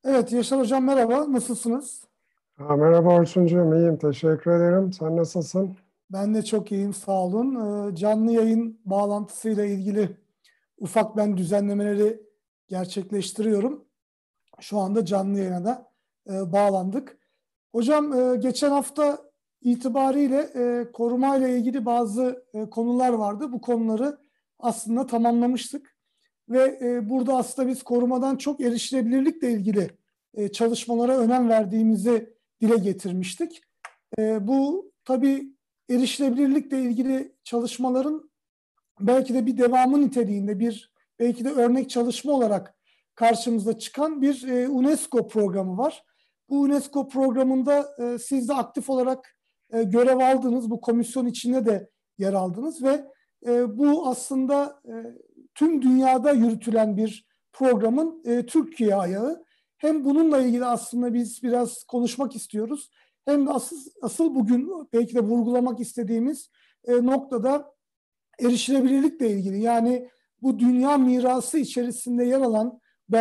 Evet, Yaşar Hocam merhaba, nasılsınız? Merhaba Orçuncuğum, iyiyim. Teşekkür ederim. Sen nasılsın? Ben de çok iyiyim, sağ olun. Canlı yayın bağlantısıyla ilgili ufak ben düzenlemeleri gerçekleştiriyorum. Şu anda canlı yayına da bağlandık. Hocam geçen hafta itibariyle koruma ile ilgili bazı konular vardı. Bu konuları aslında tamamlamıştık. Ve burada aslında biz korumadan çok erişilebilirlikle ilgili çalışmalara önem verdiğimizi dile getirmiştik. Bu tabii erişilebilirlikle ilgili çalışmaların belki de bir devamı niteliğinde belki de örnek çalışma olarak karşımıza çıkan bir UNESCO programı var. Bu UNESCO programında siz de aktif olarak görev aldınız. Bu komisyon içinde de yer aldınız ve bu aslında tüm dünyada yürütülen bir programın Türkiye ayağı. Hem bununla ilgili aslında biz biraz konuşmak istiyoruz. Hem de asıl bugün belki de vurgulamak istediğimiz noktada erişilebilirlikle ilgili. Yani bu dünya mirası içerisinde yer alan,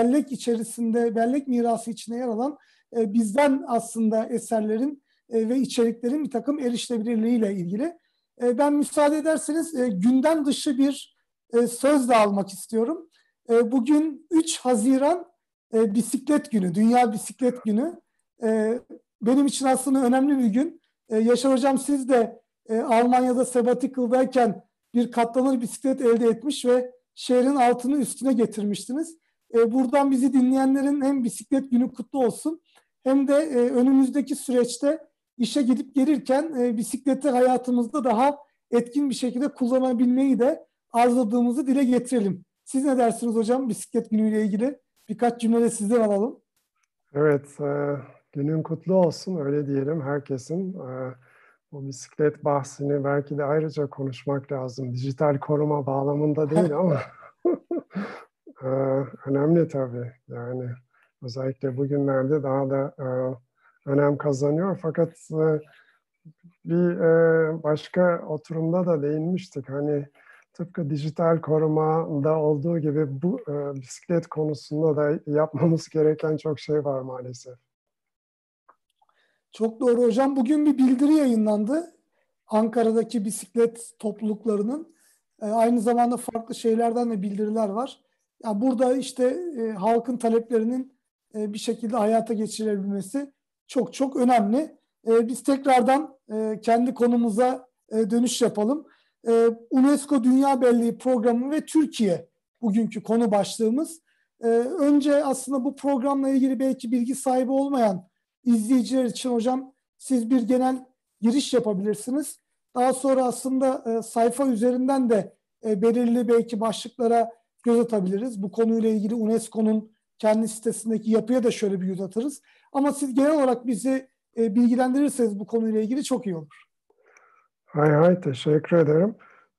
bellek mirası içinde yer alan bizden aslında eserlerin ve içeriklerin bir takım erişilebilirliğiyle ilgili. Ben müsaade ederseniz gündem dışı bir söz de almak istiyorum. Bugün 3 Haziran Bisiklet Günü, Dünya Bisiklet Günü. E, Benim için aslında önemli bir gün. Yaşar Hocam siz de Almanya'da sabbatical'dayken bir katlanır bisiklet elde etmiş ve şehrin altını üstüne getirmiştiniz. Buradan bizi dinleyenlerin hem bisiklet günü kutlu olsun hem de önümüzdeki süreçte işe gidip gelirken bisikleti hayatımızda daha etkin bir şekilde kullanabilmeyi de arzuladığımızı dile getirelim. Siz ne dersiniz hocam bisiklet günüyle ilgili? Birkaç cümle de sizden alalım. Evet, günün kutlu olsun, öyle diyelim herkesin. Bu bisiklet bahsini belki de ayrıca konuşmak lazım. Dijital koruma bağlamında değil ama e, önemli tabii. Yani özellikle bugünlerde daha da önem kazanıyor. Fakat bir başka oturumda da değinmiştik. Hani tıpkı dijital korumada olduğu gibi bu bisiklet konusunda da yapmamız gereken çok şey var maalesef. Çok doğru hocam. Bugün bir bildiri yayınlandı. Ankara'daki bisiklet topluluklarının. Aynı zamanda farklı şeylerden de bildiriler var. Ya burada işte halkın taleplerinin bir şekilde hayata geçirebilmesi çok çok önemli. Biz tekrardan kendi konumuza dönüş yapalım. UNESCO Dünya Belleği Programı ve Türkiye bugünkü konu başlığımız. Önce aslında bu programla ilgili belki bilgi sahibi olmayan izleyiciler için hocam siz bir genel giriş yapabilirsiniz. Daha sonra aslında sayfa üzerinden de belirli belki başlıklara göz atabiliriz. Bu konuyla ilgili UNESCO'nun kendi sitesindeki yapıya da şöyle bir göz atarız. Ama siz genel olarak bizi bilgilendirirseniz bu konuyla ilgili çok iyi olur. Hay hay, teşekkür ederim.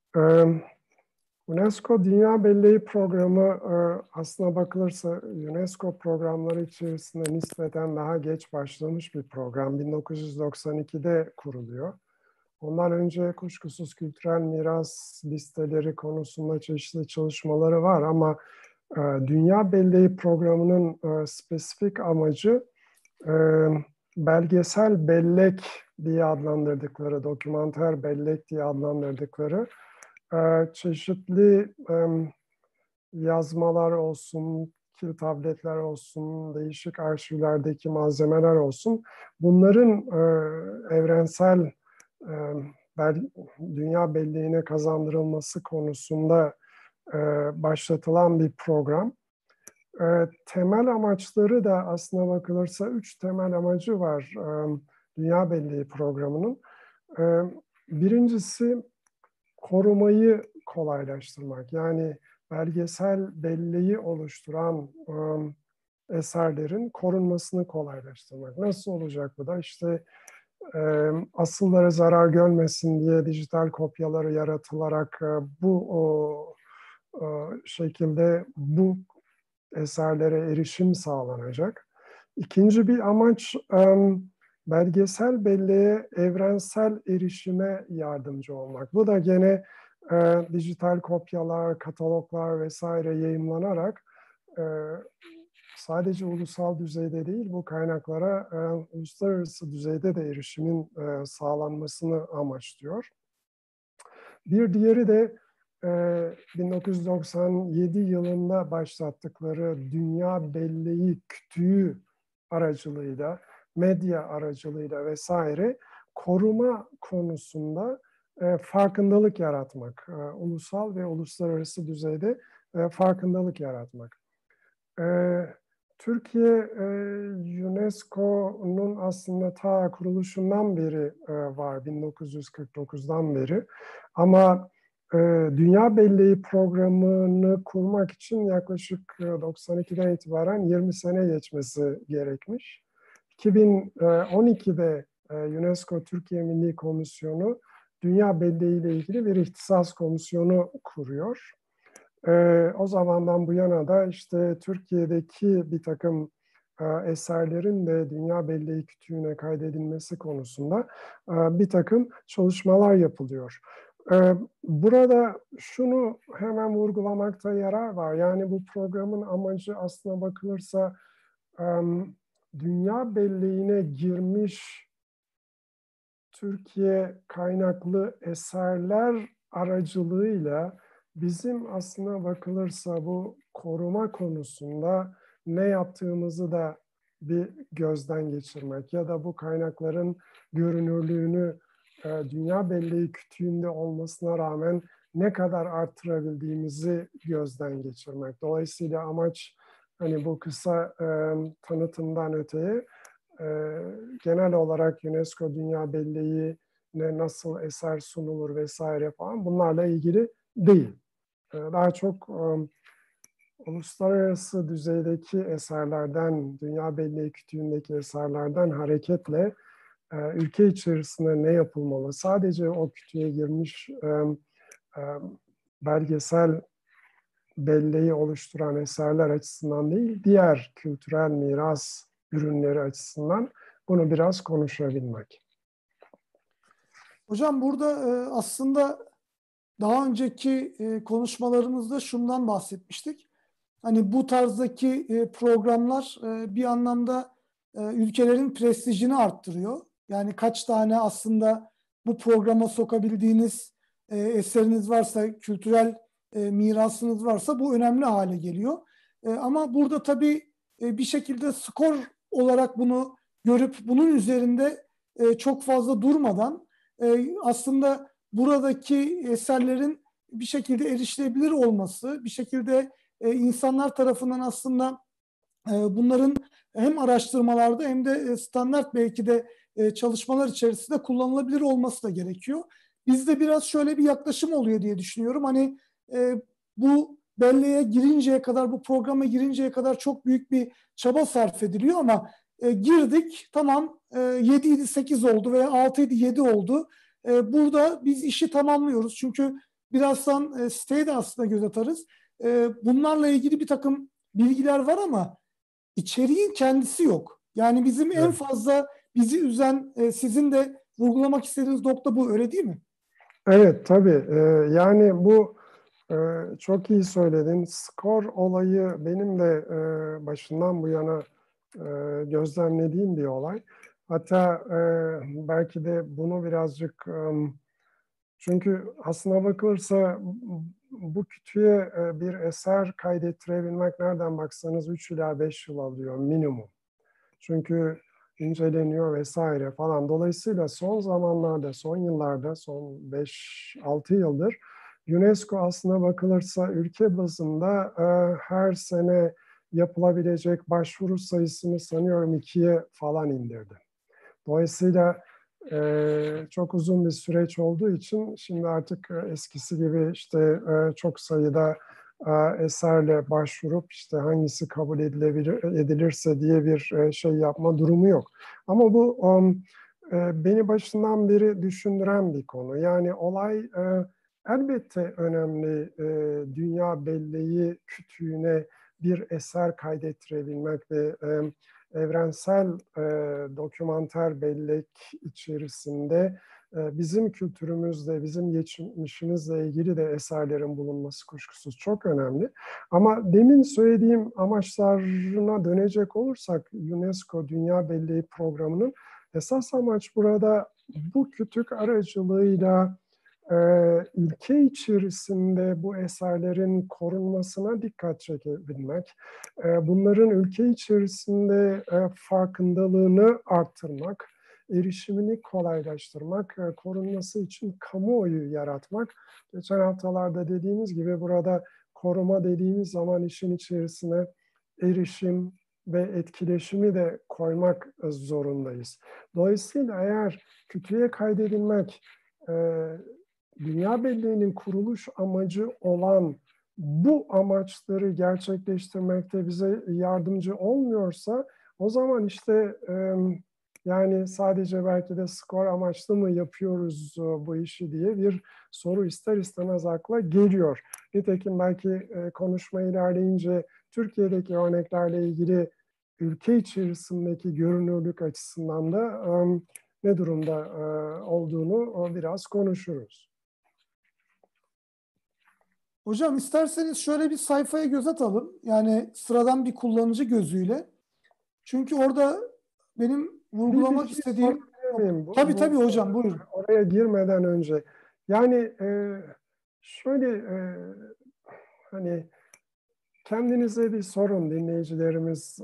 UNESCO Dünya Belleği Programı aslına bakılırsa UNESCO programları içerisinde nispeten daha geç başlamış bir program. 1992'de kuruluyor. Ondan önce kuşkusuz kültürel miras listeleri konusunda çeşitli çalışmaları var ama Dünya Belleği Programı'nın spesifik amacı e, belgesel bellek diye adlandırdıkları, dokümanter bellek diye adlandırdıkları çeşitli yazmalar olsun, tabletler olsun, değişik arşivlerdeki malzemeler olsun. Bunların evrensel dünya belleğine kazandırılması konusunda başlatılan bir program. Temel amaçları da aslına bakılırsa 3 temel amacı var Dünya Belleği Programı'nın. Birincisi korumayı kolaylaştırmak. Yani belgesel belleği oluşturan eserlerin korunmasını kolaylaştırmak. Nasıl olacak bu da? İşte asılları zarar görmesin diye dijital kopyaları yaratılarak bu şekilde bu eserlere erişim sağlanacak. İkinci bir amaç belgesel belleğe evrensel erişime yardımcı olmak. Bu da gene dijital kopyalar, kataloglar vesaire yayımlanarak sadece ulusal düzeyde değil, bu kaynaklara uluslararası düzeyde de erişimin sağlanmasını amaçlıyor. Bir diğeri de 1997 yılında başlattıkları Dünya Belleği Kütüğü aracılığıyla, medya aracılığıyla vesaire koruma konusunda farkındalık yaratmak, ulusal ve uluslararası düzeyde farkındalık yaratmak. Türkiye, UNESCO'nun aslında ta kuruluşundan beri var, 1949'dan beri. Ama Dünya Belleği programını kurmak için yaklaşık 92'den itibaren 20 sene geçmesi gerekmiş. 2012'de UNESCO Türkiye Milli Komisyonu Dünya Belleği ile ilgili bir ihtisas komisyonu kuruyor. O zamandan bu yana da işte Türkiye'deki bir takım eserlerin de Dünya Belleği Kütüğü'ne kaydedilmesi konusunda bir takım çalışmalar yapılıyor. Burada şunu hemen vurgulamakta yarar var. Yani bu programın amacı aslına bakılırsa Dünya Belleği'ne girmiş Türkiye kaynaklı eserler aracılığıyla bizim aslına bakılırsa bu koruma konusunda ne yaptığımızı da bir gözden geçirmek ya da bu kaynakların görünürlüğünü Dünya Belleği Kütüğü'nde olmasına rağmen ne kadar arttırabildiğimizi gözden geçirmek. Dolayısıyla amaç hani bu kısa tanıtımdan öteye genel olarak UNESCO Dünya Belleği'ne nasıl eser sunulur vesaire falan bunlarla ilgili değil. Daha çok uluslararası düzeydeki eserlerden, Dünya Belleği Kütüğü'ndeki eserlerden hareketle ülke içerisinde ne yapılmalı? Sadece o kütüğe girmiş belgesel belleği oluşturan eserler açısından değil, diğer kültürel miras ürünleri açısından bunu biraz konuşabilmek. Hocam burada aslında daha önceki konuşmalarımızda şundan bahsetmiştik. Hani bu tarzdaki programlar bir anlamda ülkelerin prestijini arttırıyor. Yani kaç tane aslında bu programa sokabildiğiniz eseriniz varsa, kültürel mirasınız varsa bu önemli hale geliyor. Ama burada tabii bir şekilde skor olarak bunu görüp bunun üzerinde çok fazla durmadan aslında buradaki eserlerin bir şekilde erişilebilir olması, bir şekilde insanlar tarafından aslında bunların hem araştırmalarda hem de standart belki de çalışmalar içerisinde kullanılabilir olması da gerekiyor. Bizde biraz şöyle bir yaklaşım oluyor diye düşünüyorum. Hani bu belleğe girinceye kadar, bu programa girinceye kadar çok büyük bir çaba sarf ediliyor ama girdik, tamam, 7 idi 8 oldu veya 6 idi 7 oldu. Burada biz işi tamamlıyoruz. Çünkü birazdan siteye de aslında göz atarız. Bunlarla ilgili bir takım bilgiler var ama içeriğin kendisi yok. Yani bizim en fazla bizi üzen, sizin de vurgulamak istediğiniz nokta bu, öyle değil mi? Evet, tabii. Yani bu çok iyi söyledin. Skor olayı benim de başından bu yana gözlemlediğim bir olay. Hatta belki de bunu birazcık çünkü aslına bakılırsa bu kütüğe bir eser kaydettirebilmek nereden baksanız 3 ila 5 yıl alıyor minimum. Çünkü inceleniyor vesaire falan. Dolayısıyla son zamanlarda, son yıllarda, son 5-6 yıldır UNESCO aslına bakılırsa ülke bazında her sene yapılabilecek başvuru sayısını sanıyorum 2'ye falan indirdi. Dolayısıyla çok uzun bir süreç olduğu için şimdi artık eskisi gibi işte çok sayıda eserle başvurup işte hangisi kabul edilirse diye bir şey yapma durumu yok. Ama bu beni başından beri düşündüren bir konu. Yani olay elbette önemli. Dünya belleği kütüğüne bir eser kaydettirebilmek ve evrensel dokümanter bellek içerisinde bizim kültürümüzle, bizim geçmişimizle ilgili de eserlerin bulunması kuşkusuz çok önemli. Ama demin söylediğim amaçlarına dönecek olursak UNESCO Dünya Belleği Programı'nın esas amaç burada bu kütük aracılığıyla ülke içerisinde bu eserlerin korunmasına dikkat çekebilmek, bunların ülke içerisinde farkındalığını arttırmak, erişimini kolaylaştırmak, korunması için kamuoyu yaratmak. Geçen haftalarda dediğimiz gibi burada koruma dediğimiz zaman işin içerisine erişim ve etkileşimi de koymak zorundayız. Dolayısıyla eğer kütüğe kaydedilmek, Dünya Belleği'nin kuruluş amacı olan bu amaçları gerçekleştirmekte bize yardımcı olmuyorsa, o zaman işte yani sadece belki de skor amaçlı mı yapıyoruz bu işi diye bir soru ister istemez akla geliyor. Nitekim belki konuşma ilerleyince Türkiye'deki örneklerle ilgili ülke içerisindeki görünürlük açısından da ne durumda olduğunu biraz konuşuruz. Hocam isterseniz şöyle bir sayfaya göz atalım. Yani sıradan bir kullanıcı gözüyle. Çünkü orada benim vurgulamak istediğim... Tabii hocam, buyurun. Oraya girmeden önce. Yani şöyle hani kendinize bir sorun dinleyicilerimiz.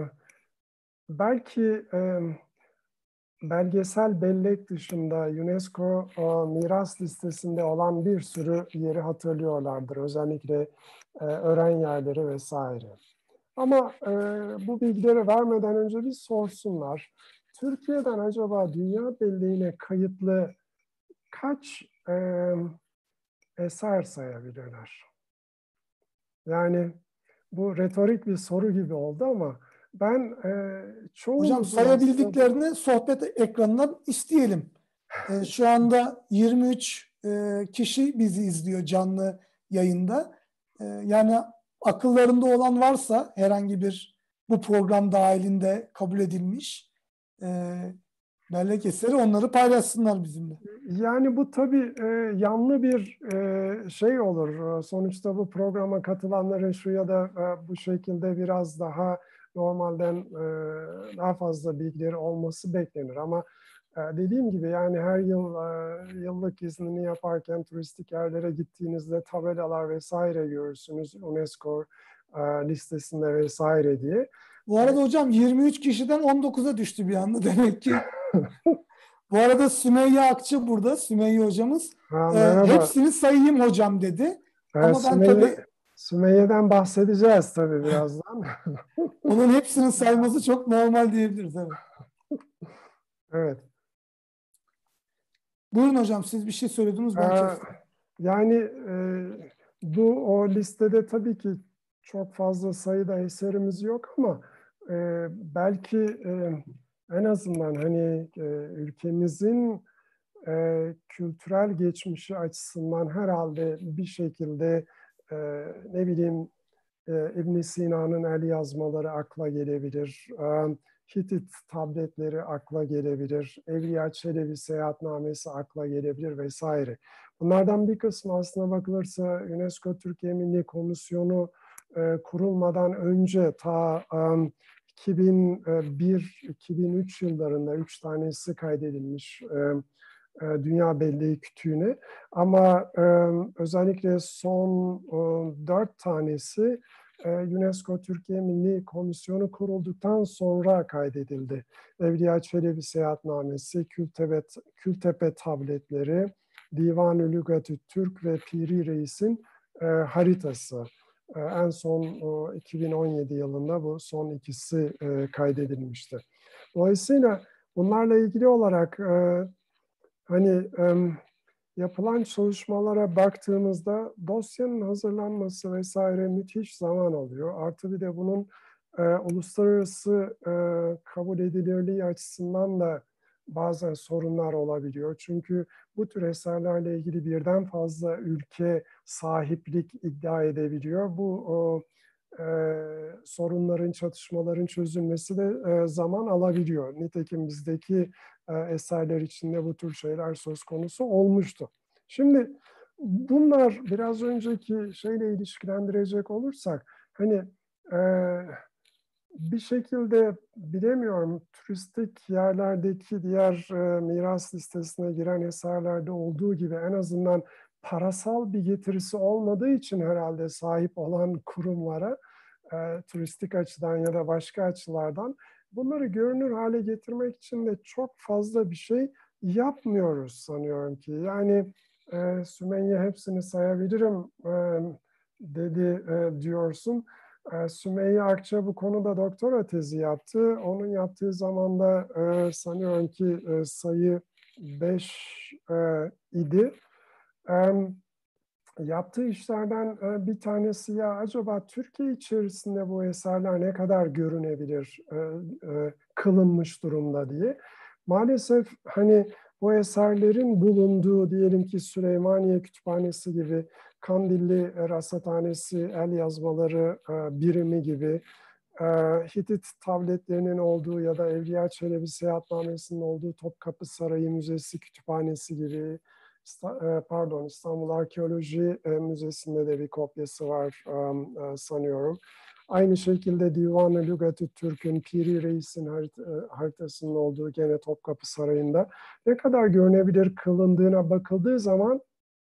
Belki belgesel bellek dışında UNESCO miras listesinde olan bir sürü yeri hatırlıyorlardır. Özellikle öğren yerleri vesaire. Ama bu bilgileri vermeden önce bir sorsunlar. Türkiye'den acaba dünya belleğine kayıtlı kaç eser sayabilirler? Yani bu retorik bir soru gibi oldu ama ben Hocam sayabildiklerini sohbet ekranından isteyelim. Şu anda 23 kişi bizi izliyor canlı yayında. Yani akıllarında olan varsa herhangi bir bu program dahilinde kabul edilmiş bellek eseri, onları paylaşsınlar bizimle. Yani bu tabii yanlı bir şey olur. Sonuçta bu programa katılanların şu ya da bu şekilde biraz daha normalden daha fazla bilgileri olması beklenir. Ama dediğim gibi yani her yıl yıllık iznini yaparken turistik yerlere gittiğinizde tabelalar vesaire görürsünüz. UNESCO listesinde vesaire diye. Bu arada hocam 23 kişiden 19'a düştü bir anda demek ki. Bu arada Sümeyye Akçı burada, Sümeyye hocamız. Hepsini sayayım hocam dedi. Ama ben tabii... Sümeyye'den bahsedeceğiz tabii birazdan. Onun hepsinin sayması çok normal diyebiliriz. Evet. Evet. Buyurun hocam, siz bir şey söylediniz. Yani bu o listede tabii ki çok fazla sayıda eserimiz yok ama belki en azından hani ülkemizin kültürel geçmişi açısından herhalde bir şekilde ne bileyim İbn Sina'nın el yazmaları akla gelebilir. Hitit tabletleri akla gelebilir. Evliya Çelebi seyahatnamesi akla gelebilir vesaire. Bunlardan bir kısmı aslına bakılırsa UNESCO Türkiye Milli Komisyonu kurulmadan önce ta 2001-2003 yıllarında 3 tanesi kaydedilmiş Dünya Belleği Kütüğü'ne. Ama özellikle son 4 tanesi UNESCO Türkiye Milli Komisyonu kurulduktan sonra kaydedildi. Evliya Çelebi seyahatnamesi, Kültepe tabletleri, Divan-ı Lügat-ı Türk ve Piri Reis'in haritası. En son 2017 yılında bu son ikisi kaydedilmişti. Dolayısıyla bunlarla ilgili olarak hani yapılan çalışmalara baktığımızda dosyanın hazırlanması vesaire müthiş zaman alıyor. Artı bir de bunun uluslararası kabul edilirliği açısından da bazen sorunlar olabiliyor. Çünkü bu tür eserlerle ilgili birden fazla ülke sahiplik iddia edebiliyor. Bu sorunların, çatışmaların çözülmesi de zaman alabiliyor. Nitekim bizdeki eserler içinde bu tür şeyler söz konusu olmuştu. Şimdi bunlar biraz önceki şeyle ilişkilendirecek olursak, hani bir şekilde bilemiyorum, turistik yerlerdeki diğer miras listesine giren eserlerde olduğu gibi en azından parasal bir getirisi olmadığı için herhalde sahip olan kurumlara turistik açıdan ya da başka açılardan bunları görünür hale getirmek için de çok fazla bir şey yapmıyoruz sanıyorum ki. Yani Sümeyye hepsini sayabilirim dedi diyorsun. Sümeyye Akça bu konuda doktora tezi yaptı. Onun yaptığı zaman da sanıyorum ki sayı 5 idi. Yaptığı işlerden bir tanesi, ya acaba Türkiye içerisinde bu eserler ne kadar görünebilir, kılınmış durumda diye. Maalesef hani bu eserlerin bulunduğu, diyelim ki Süleymaniye Kütüphanesi gibi, Kandilli Rasathanesi el yazmaları birimi gibi, Hitit tabletlerinin olduğu ya da Evliya Çelebi Seyahatnamesi'nin olduğu Topkapı Sarayı Müzesi Kütüphanesi gibi, İstanbul Arkeoloji Müzesi'nde de bir kopyası var sanıyorum. Aynı şekilde Divan-ı Lügat-ı Türk'ün Piri Reis'in haritasının olduğu gene Topkapı Sarayı'nda ne kadar görünebilir kılındığına bakıldığı zaman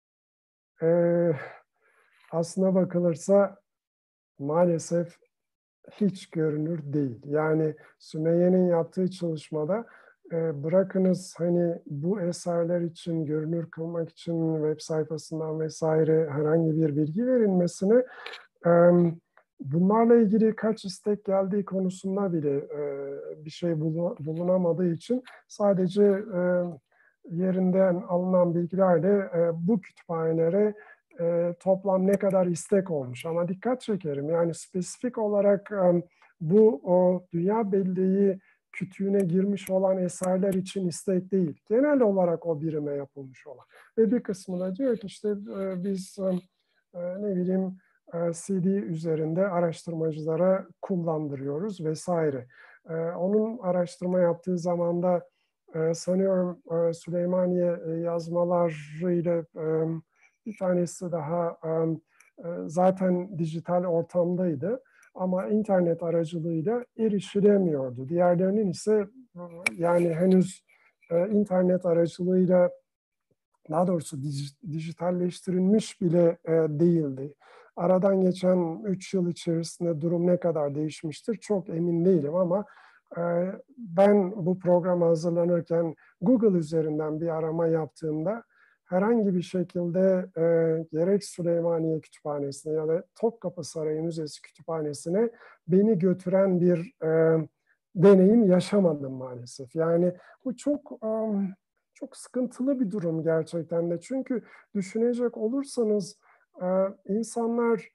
aslına bakılırsa maalesef hiç görünür değil. Yani Sümeyye'nin yaptığı çalışmada bırakınız hani bu eserler için görünür kılmak için web sayfasından vesaire herhangi bir bilgi verilmesine, bunlarla ilgili kaç istek geldiği konusunda bile bir şey bulunamadığı için sadece yerinden alınan bilgilerle bu kütüphanelere toplam ne kadar istek olmuş. Ama dikkat çekerim, yani spesifik olarak bu dünya belleği kütüğüne girmiş olan eserler için istek değil. Genel olarak o birime yapılmış olan. Ve bir kısmı da diyor ki işte biz ne bileyim CD üzerinde araştırmacılara kullandırıyoruz vesaire. Onun araştırma yaptığı zaman da sanıyorum Süleymaniye yazmalarıyla bir tanesi daha zaten dijital ortamdaydı ama internet aracılığıyla erişilemiyordu. Diğerlerinin ise yani henüz internet aracılığıyla, daha doğrusu dijitalleştirilmiş bile değildi. Aradan geçen 3 yıl içerisinde durum ne kadar değişmiştir çok emin değilim ama ben bu programa hazırlanırken Google üzerinden bir arama yaptığımda herhangi bir şekilde gerek Süleymaniye Kütüphanesi'ne ya da Topkapı Sarayı Müzesi Kütüphanesi'ne beni götüren bir deneyim yaşamadım maalesef. Yani bu çok sıkıntılı bir durum gerçekten de. Çünkü düşünecek olursanız insanlar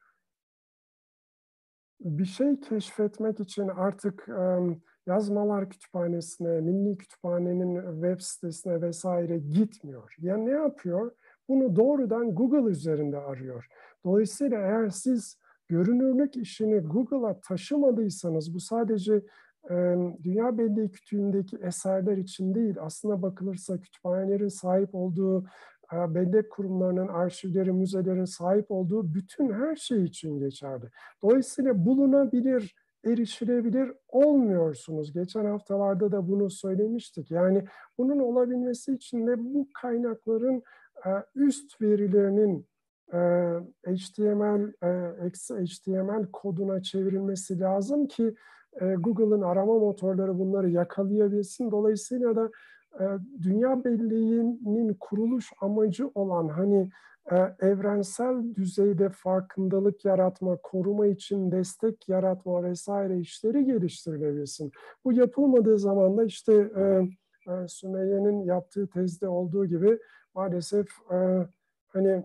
bir şey keşfetmek için artık yazmalar kütüphanesine, Milli Kütüphane'nin web sitesine vesaire gitmiyor. Ya ne yapıyor? Bunu doğrudan Google üzerinde arıyor. Dolayısıyla eğer siz görünürlük işini Google'a taşımadıysanız, bu sadece dünya belleği kütüğündeki eserler için değil, aslına bakılırsa kütüphanelerin sahip olduğu, bellek kurumlarının, arşivlerin, müzelerin sahip olduğu bütün her şey için geçerli. Dolayısıyla bulunabilir, erişilebilir olmuyorsunuz. Geçen haftalarda da bunu söylemiştik. Yani bunun olabilmesi için de bu kaynakların üst verilerinin HTML, XHTML koduna çevrilmesi lazım ki Google'ın arama motorları bunları yakalayabilsin. Dolayısıyla da dünya belleğinin kuruluş amacı olan hani evrensel düzeyde farkındalık yaratma, koruma için destek yaratma vesaire işleri geliştirilebilsin. Bu yapılmadığı zaman da işte Sümeyye'nin yaptığı tezde olduğu gibi maalesef hani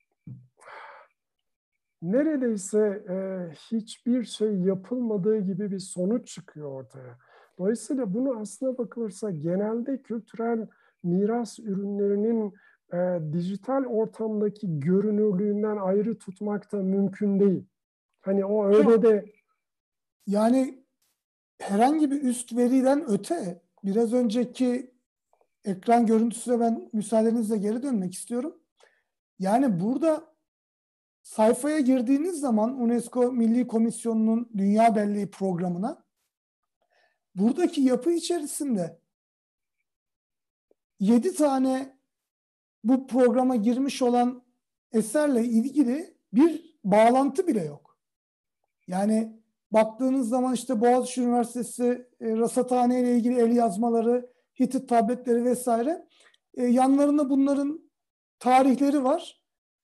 neredeyse hiçbir şey yapılmadığı gibi bir sonuç çıkıyor ortaya. Dolayısıyla bunu aslına bakılırsa genelde kültürel miras ürünlerinin dijital ortamdaki görünürlüğünden ayrı tutmak da mümkün değil. Hani o öyle de... Yani herhangi bir üst veriden öte, biraz önceki ekran görüntüsüne ben müsaadenizle geri dönmek istiyorum. Yani burada sayfaya girdiğiniz zaman UNESCO Milli Komisyonu'nun Dünya Belleği programına, buradaki yapı içerisinde 7 tane bu programa girmiş olan eserle ilgili bir bağlantı bile yok. Yani baktığınız zaman işte Boğaziçi Üniversitesi rasathane ile ilgili el yazmaları, Hitit tabletleri vesaire. Yanlarında bunların tarihleri var.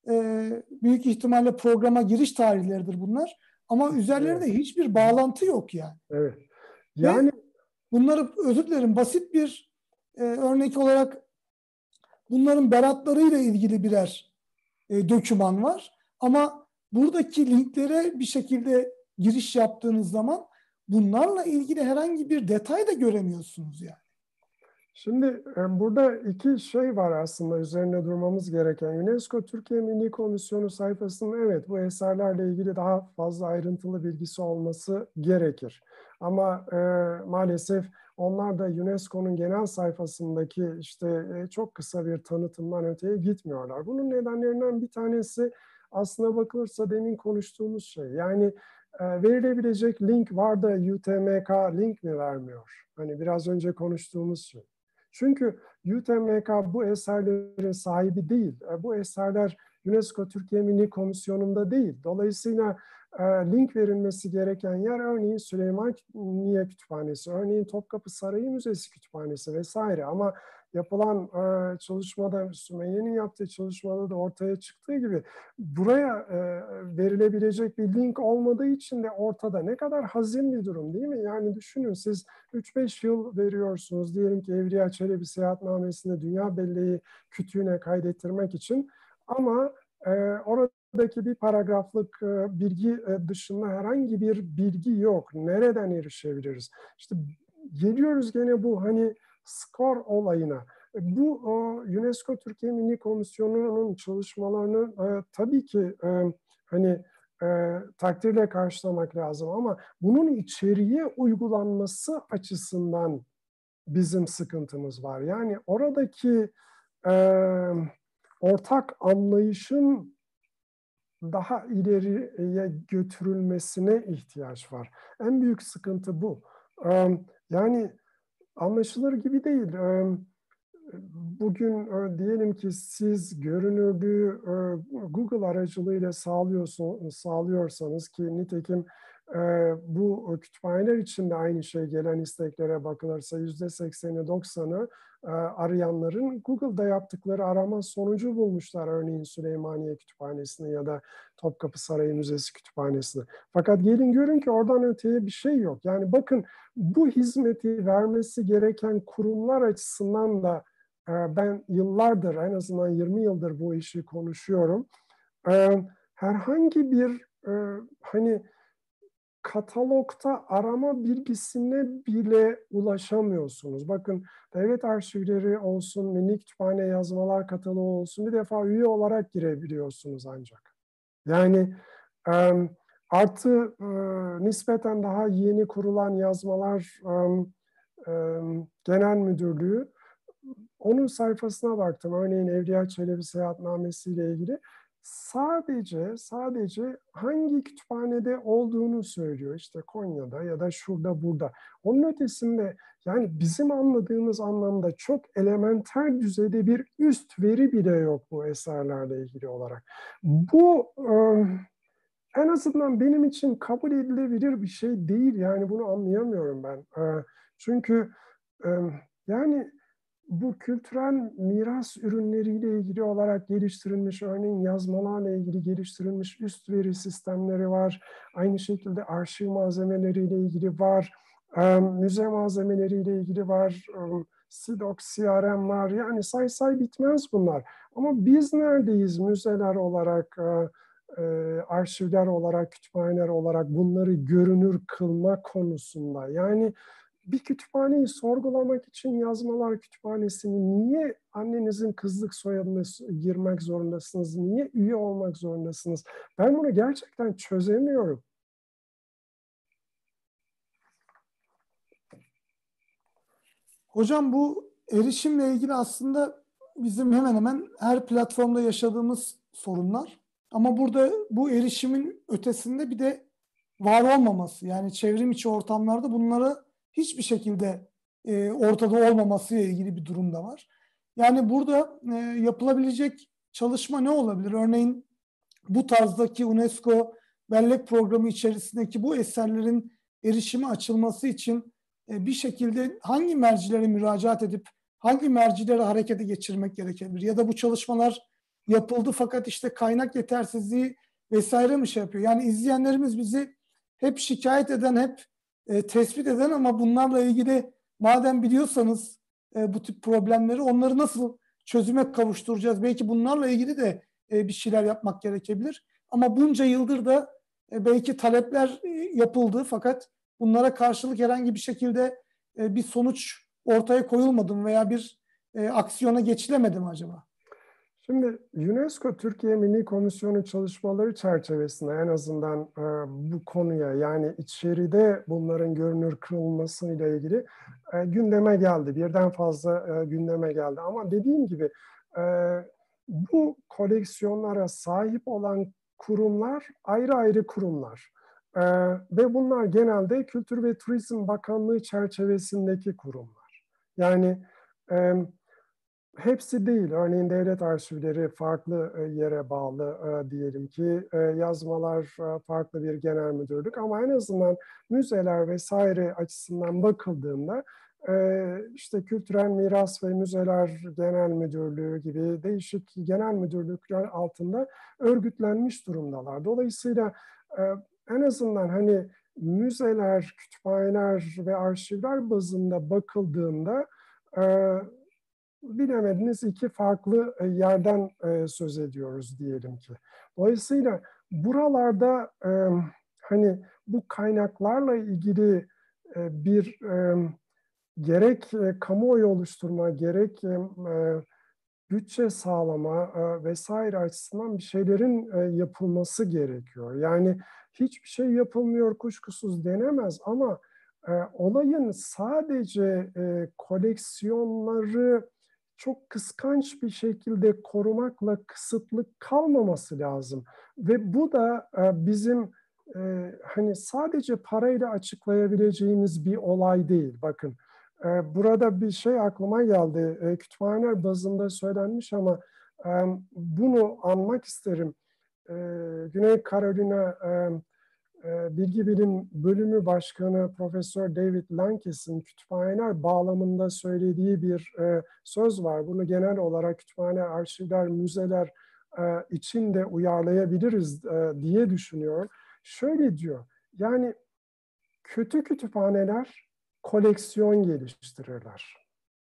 Büyük ihtimalle programa giriş tarihleridir bunlar. Ama üzerlerinde Evet. hiçbir bağlantı yok yani. Evet. Ve Yani bunları, özür dilerim, basit bir örnek olarak bunların beratlarıyla ilgili birer doküman var. Ama buradaki linklere bir şekilde giriş yaptığınız zaman bunlarla ilgili herhangi bir detay da göremiyorsunuz yani. şimdi burada iki şey var aslında üzerine durmamız gereken. UNESCO Türkiye Milli Komisyonu sayfasında evet bu eserlerle ilgili daha fazla ayrıntılı bilgisi olması gerekir. Ama maalesef onlar da UNESCO'nun genel sayfasındaki işte çok kısa bir tanıtımdan öteye gitmiyorlar. Bunun nedenlerinden bir tanesi aslına bakılırsa demin konuştuğumuz şey. Yani verilebilecek link var da UTMK link mi vermiyor? Hani biraz önce konuştuğumuz şey. Çünkü UTMK bu eserlerin sahibi değil. Bu eserler UNESCO Türkiye Milli Komisyonu'nda değil. Dolayısıyla link verilmesi gereken yer örneğin Süleymaniye Kütüphanesi, örneğin Topkapı Sarayı Müzesi Kütüphanesi vesaire. Ama yapılan çalışmada, Sümeyye'nin yaptığı çalışmada da ortaya çıktığı gibi buraya verilebilecek bir link olmadığı için de ortada ne kadar hazin bir durum değil mi? Yani düşünün siz 3-5 yıl veriyorsunuz diyelim ki Evliya Çelebi seyahatnamesinde dünya belleği kütüğüne kaydettirmek için ama oradaki bir paragraflık bilgi dışında herhangi bir bilgi yok. Nereden erişebiliriz? İşte geliyoruz gene bu hani skor olayına. Bu UNESCO Türkiye Milli Komisyonu'nun çalışmalarını tabii ki hani takdirle karşılamak lazım ama bunun içeriye uygulanması açısından bizim sıkıntımız var. Yani oradaki ortak anlayışın daha ileriye götürülmesine ihtiyaç var. En büyük sıkıntı bu. Yani anlaşılır gibi değil. Bugün diyelim ki siz görünürlüğü Google aracılığıyla sağlıyorsanız ki nitekim bu kütüphaneler için de aynı şey gelen isteklere bakılırsa %80'i 90'ı arayanların Google'da yaptıkları arama sonucu bulmuşlar. Örneğin Süleymaniye Kütüphanesi'ni ya da Topkapı Sarayı Müzesi Kütüphanesi'ni. Fakat gelin görün ki oradan öteye bir şey yok. Yani bakın bu hizmeti vermesi gereken kurumlar açısından da ben yıllardır, en azından 20 yıldır bu işi konuşuyorum. Herhangi bir hani katalogta arama bilgisine bile ulaşamıyorsunuz. Bakın devlet arşivleri olsun, Milli Kütüphane yazmalar kataloğu olsun bir defa üye olarak girebiliyorsunuz ancak. Yani artı nispeten daha yeni kurulan yazmalar genel müdürlüğü onun sayfasına baktım. Örneğin Evliya Çelebi seyahatnamesi ile ilgili sadece hangi kütüphanede olduğunu söylüyor. İşte Konya'da ya da şurada burada. Onun ötesinde yani bizim anladığımız anlamda çok elementer düzeyde bir üst veri bile yok bu eserlerle ilgili olarak. Bu en azından benim için kabul edilebilir bir şey değil. Yani bunu anlayamıyorum ben. Çünkü yani bu kültürel miras ürünleriyle ilgili olarak geliştirilmiş, örneğin yazmalarla ilgili geliştirilmiş üst veri sistemleri var. Aynı şekilde arşiv malzemeleriyle ilgili var. Müze malzemeleriyle ilgili var. SIDOC, CRM var. Yani say bitmez bunlar. Ama biz neredeyiz müzeler olarak, arşivler olarak, kütüphaneler olarak bunları görünür kılma konusunda? Yani bir kütüphaneyi sorgulamak için yazmalar kütüphanesini niye annenizin kızlık soyadını girmek zorundasınız? Niye üye olmak zorundasınız? Ben bunu gerçekten çözemiyorum. Hocam bu erişimle ilgili aslında bizim hemen hemen her platformda yaşadığımız sorunlar. Ama burada bu erişimin ötesinde bir de var olmaması, yani çevrim içi ortamlarda bunları hiçbir şekilde ortada olmaması ile ilgili bir durum da var. Yani burada yapılabilecek çalışma ne olabilir? Örneğin bu tarzdaki UNESCO bellek programı içerisindeki bu eserlerin erişime açılması için bir şekilde hangi mercilere müracaat edip hangi mercileri harekete geçirmek gerekebilir? Ya da bu çalışmalar yapıldı fakat işte kaynak yetersizliği vesaire mi şey yapıyor? Yani izleyenlerimiz bizi hep şikayet eden, hep tespit eden ama bunlarla ilgili madem biliyorsanız bu tip problemleri, onları nasıl çözüme kavuşturacağız? Belki bunlarla ilgili de bir şeyler yapmak gerekebilir. Ama bunca yıldır da belki talepler yapıldı fakat bunlara karşılık herhangi bir şekilde bir sonuç ortaya koyulmadı mı veya bir aksiyona geçilemedi mi acaba? Şimdi UNESCO Türkiye Milli Komisyonu çalışmaları çerçevesinde en azından bu konuya, yani içeride bunların görünür kılınmasıyla ilgili gündeme geldi. Birden fazla gündeme geldi. Ama dediğim gibi bu koleksiyonlara sahip olan kurumlar ayrı ayrı kurumlar. Ve bunlar genelde Kültür ve Turizm Bakanlığı çerçevesindeki kurumlar. Yani hepsi değil. Örneğin devlet arşivleri farklı yere bağlı diyelim ki, yazmalar farklı bir genel müdürlük, ama en azından müzeler vesaire açısından bakıldığında işte Kültürel Miras ve Müzeler Genel Müdürlüğü gibi değişik genel müdürlükler altında örgütlenmiş durumdalar. Dolayısıyla en azından hani müzeler, kütüphaneler ve arşivler bazında bakıldığında bilemediniz iki farklı yerden söz ediyoruz diyelim ki. Dolayısıyla buralarda hani bu kaynaklarla ilgili bir gerek kamuoyu oluşturma, gerek bütçe sağlama vesaire açısından bir şeylerin yapılması gerekiyor. Yani hiçbir şey yapılmıyor kuşkusuz denemez, ama olayın sadece koleksiyonları çok kıskanç bir şekilde korumakla kısıtlı kalmaması lazım. Ve bu da bizim hani sadece parayla açıklayabileceğimiz bir olay değil. Bakın, burada bir şey aklıma geldi. Kütüphaneler bazında söylenmiş ama bunu anmak isterim. Güney Carolina Bilgi Bilim Bölümü Başkanı Profesör David Lankes'in kütüphaneler bağlamında söylediği bir söz var. Bunu genel olarak kütüphane, arşivler, müzeler için de uyarlayabiliriz diye düşünüyorum. Şöyle diyor, yani kötü kütüphaneler koleksiyon geliştirirler.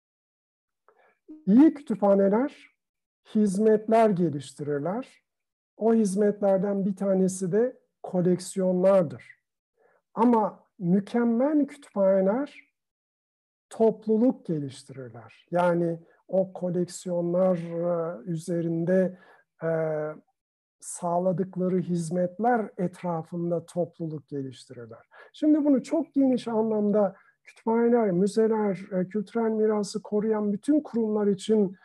İyi kütüphaneler hizmetler geliştirirler. O hizmetlerden bir tanesi de koleksiyonlardır. Ama mükemmel kütüphaneler topluluk geliştirirler. Yani o koleksiyonlar üzerinde sağladıkları hizmetler etrafında topluluk geliştirirler. Şimdi bunu çok geniş anlamda kütüphaneler, müzeler, kültürel mirası koruyan bütün kurumlar için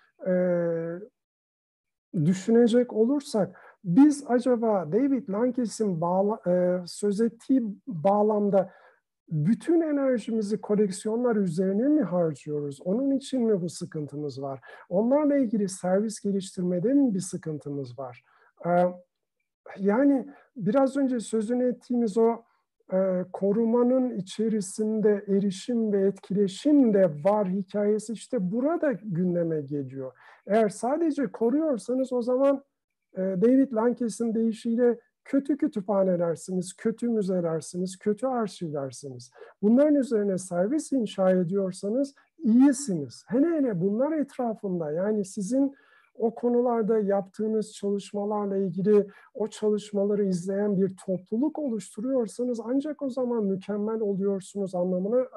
düşünecek olursak, biz acaba David Lankes'in söz ettiği bağlamda bütün enerjimizi koleksiyonlar üzerine mi harcıyoruz? Onun için mi bu sıkıntımız var? Onlarla ilgili servis geliştirmede mi bir sıkıntımız var? Yani biraz önce sözünü ettiğimiz o korumanın içerisinde erişim ve etkileşim de var hikayesi işte burada gündeme geliyor. Eğer sadece koruyorsanız o zaman David Lankes'in deyişiyle kötü kütüphanelersiniz, kötü müzelersiniz, kötü arşivlersiniz. Bunların üzerine servis inşa ediyorsanız iyisiniz. Hele hele bunlar etrafında, yani sizin o konularda yaptığınız çalışmalarla ilgili o çalışmaları izleyen bir topluluk oluşturuyorsanız ancak o zaman mükemmel oluyorsunuz anlamına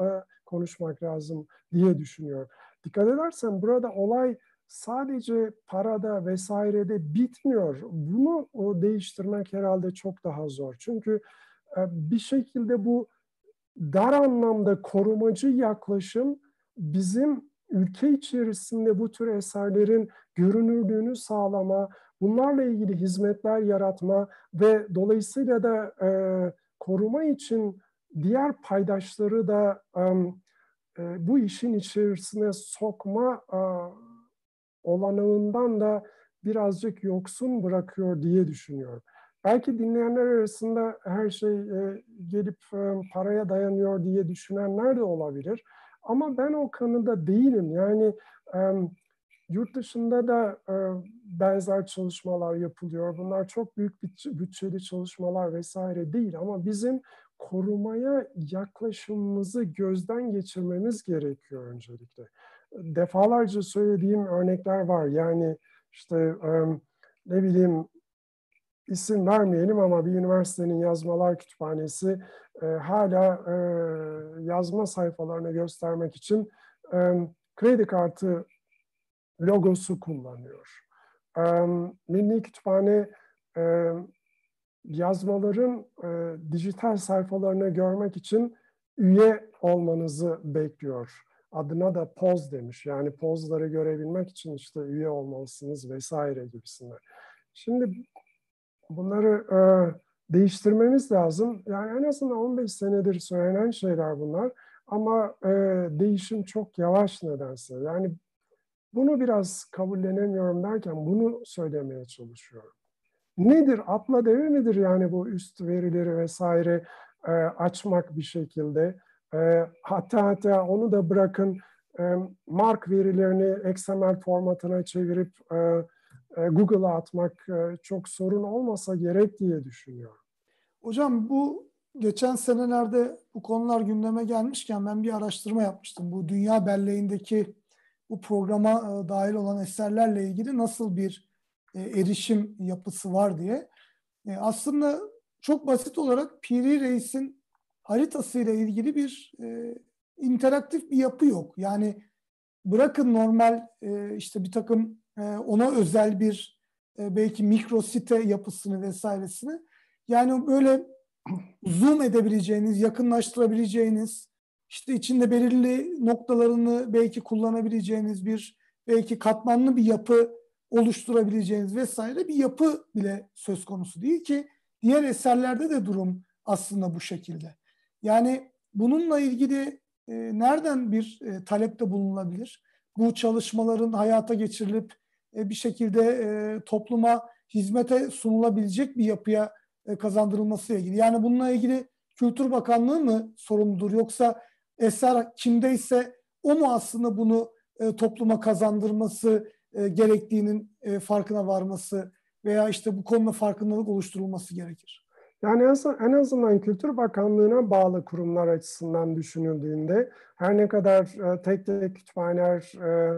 konuşmak lazım diye düşünüyorum. Dikkat edersen burada olay sadece parada vesairede bitmiyor. Bunu değiştirmek herhalde çok daha zor. Çünkü bir şekilde bu dar anlamda korumacı yaklaşım bizim ülke içerisinde bu tür eserlerin görünürlüğünü sağlama, bunlarla ilgili hizmetler yaratma ve dolayısıyla da koruma için diğer paydaşları da bu işin içerisine sokma olanağından da birazcık yoksun bırakıyor diye düşünüyorum. Belki dinleyenler arasında her şey gelip paraya dayanıyor diye düşünenler de olabilir. Ama ben o konuda değilim. Yani yurt dışında da benzer çalışmalar yapılıyor. Bunlar çok büyük bütçeli çalışmalar vesaire değil. Ama bizim korumaya yaklaşımımızı gözden geçirmemiz gerekiyor öncelikle. Defalarca söylediğim örnekler var. Yani işte ne bileyim, isim vermeyelim ama bir üniversitenin yazmalar kütüphanesi hala yazma sayfalarını göstermek için kredi kartı logosu kullanıyor. Milli Kütüphane yazmaların dijital sayfalarını görmek için üye olmanızı bekliyor. Adına da poz demiş. Yani pozları görebilmek için işte üye olmalısınız vesaire gibisinden. Şimdi bunları değiştirmemiz lazım. Yani en azından 15 senedir söylenen şeyler bunlar. Ama değişim çok yavaş nedense. Yani bunu biraz kabullenemiyorum derken bunu söylemeye çalışıyorum. Nedir? Atla deve midir yani bu üst verileri vesaire açmak bir şekilde? Hatta onu da bırakın, mark verilerini XML formatına çevirip Google'a atmak çok sorun olmasa gerek diye düşünüyorum. Hocam bu geçen senelerde bu konular gündeme gelmişken ben bir araştırma yapmıştım. Bu dünya belleğindeki bu programa dahil olan eserlerle ilgili nasıl bir erişim yapısı var diye. Aslında çok basit olarak Piri Reis'in haritasıyla ilgili bir interaktif bir yapı yok. Yani bırakın normal işte bir takım ona özel bir belki mikro site yapısını vesairesini. Yani böyle zoom edebileceğiniz, yakınlaştırabileceğiniz, işte içinde belirli noktalarını belki kullanabileceğiniz bir belki katmanlı bir yapı oluşturabileceğiniz vesaire bir yapı bile söz konusu değil ki diğer eserlerde de durum aslında bu şekilde. Yani bununla ilgili nereden bir talepte bulunulabilir? Bu çalışmaların hayata geçirilip bir şekilde topluma hizmete sunulabilecek bir yapıya kazandırılması ile ilgili. Yani bununla ilgili Kültür Bakanlığı mı sorumludur yoksa eser kimdeyse o mu aslında bunu topluma kazandırması gerektiğinin farkına varması veya işte bu konuda farkındalık oluşturulması gerekir? Yani en azından Kültür Bakanlığı'na bağlı kurumlar açısından düşünüldüğünde her ne kadar tek tek kütüphaneler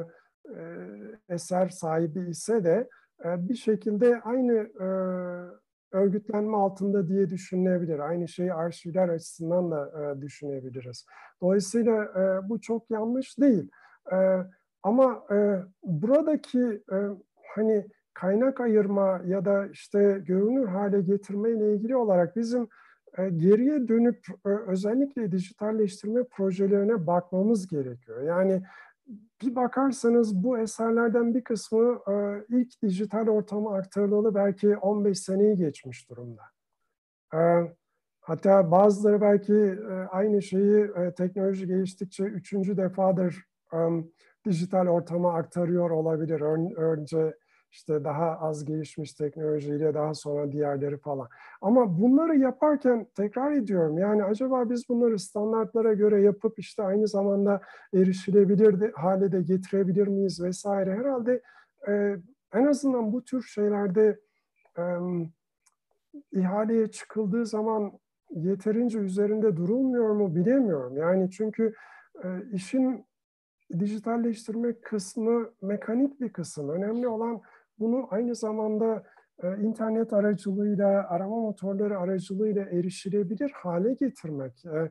eser sahibi ise de bir şekilde aynı örgütlenme altında diye düşünülebilir. Aynı şeyi arşivler açısından da düşünebiliriz. Dolayısıyla bu çok yanlış değil. Ama buradaki hani kaynak ayırma ya da işte görünür hale getirme ile ilgili olarak bizim geriye dönüp özellikle dijitalleştirme projelerine bakmamız gerekiyor. Yani bir bakarsanız bu eserlerden bir kısmı ilk dijital ortama aktarılalı belki 15 seneyi geçmiş durumda. Hatta bazıları belki aynı şeyi teknoloji geliştikçe üçüncü defadır dijital ortama aktarıyor olabilir. Önce işte daha az gelişmiş teknolojiyle daha sonra diğerleri falan. Ama bunları yaparken tekrar ediyorum, yani acaba biz bunları standartlara göre yapıp işte aynı zamanda erişilebilir hale de getirebilir miyiz vesaire. Herhalde en azından bu tür şeylerde ihaleye çıkıldığı zaman yeterince üzerinde durulmuyor mu bilemiyorum. Yani çünkü işin dijitalleştirme kısmı mekanik bir kısım. Önemli olan bunu aynı zamanda internet aracılığıyla, arama motorları aracılığıyla erişilebilir hale getirmek.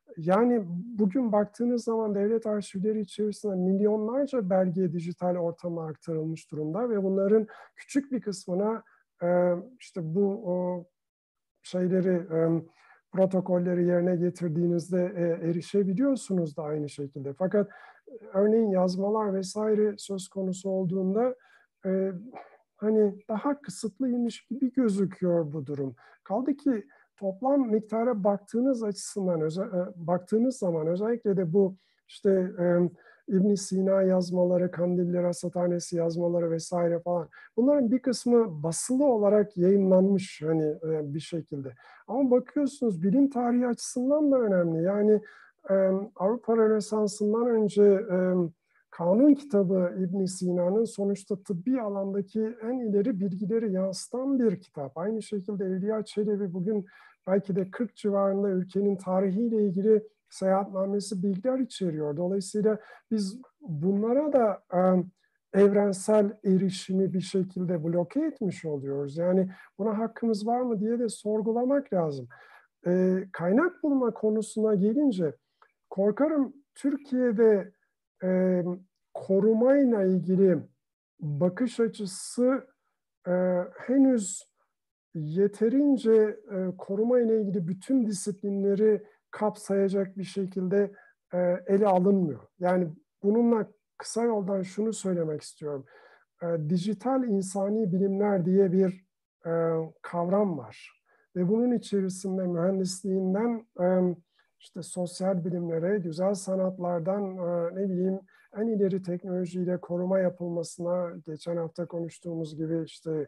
Yani bugün baktığınız zaman devlet arşivleri içerisinde milyonlarca belge dijital ortama aktarılmış durumda ve bunların küçük bir kısmına işte bu şeyleri, protokolleri yerine getirdiğinizde erişebiliyorsunuz da aynı şekilde. Fakat örneğin yazmalar vesaire söz konusu olduğunda hani daha kısıtlıymış gibi gözüküyor bu durum. Kaldı ki toplam miktara baktığınız zaman özellikle de bu işte İbn Sina yazmaları, Kandilli Rasathanesi yazmaları vesaire falan, bunların bir kısmı basılı olarak yayınlanmış hani bir şekilde. Ama bakıyorsunuz bilim tarihi açısından da önemli. Yani Avrupa Rönesansı'ndan önce Kanun kitabı İbn Sina'nın sonuçta tıbbi alandaki en ileri bilgileri yansıtan bir kitap. Aynı şekilde Evliya Çelebi bugün belki de 40 civarında ülkenin tarihiyle ilgili seyahatnamesi bilgiler içeriyor. Dolayısıyla biz bunlara da evrensel erişimi bir şekilde bloke etmiş oluyoruz. Yani buna hakkımız var mı diye de sorgulamak lazım. Kaynak bulma konusuna gelince korkarım Türkiye'de e, korumayla ilgili bakış açısı e, henüz yeterince koruma ile ilgili bütün disiplinleri kapsayacak bir şekilde ele alınmıyor. Yani bununla kısa yoldan şunu söylemek istiyorum. Dijital insani bilimler diye bir kavram var. Ve bunun içerisinde mühendisliğinden işte sosyal bilimlere, güzel sanatlardan ne bileyim en ileri teknolojiyle koruma yapılmasına, geçen hafta konuştuğumuz gibi işte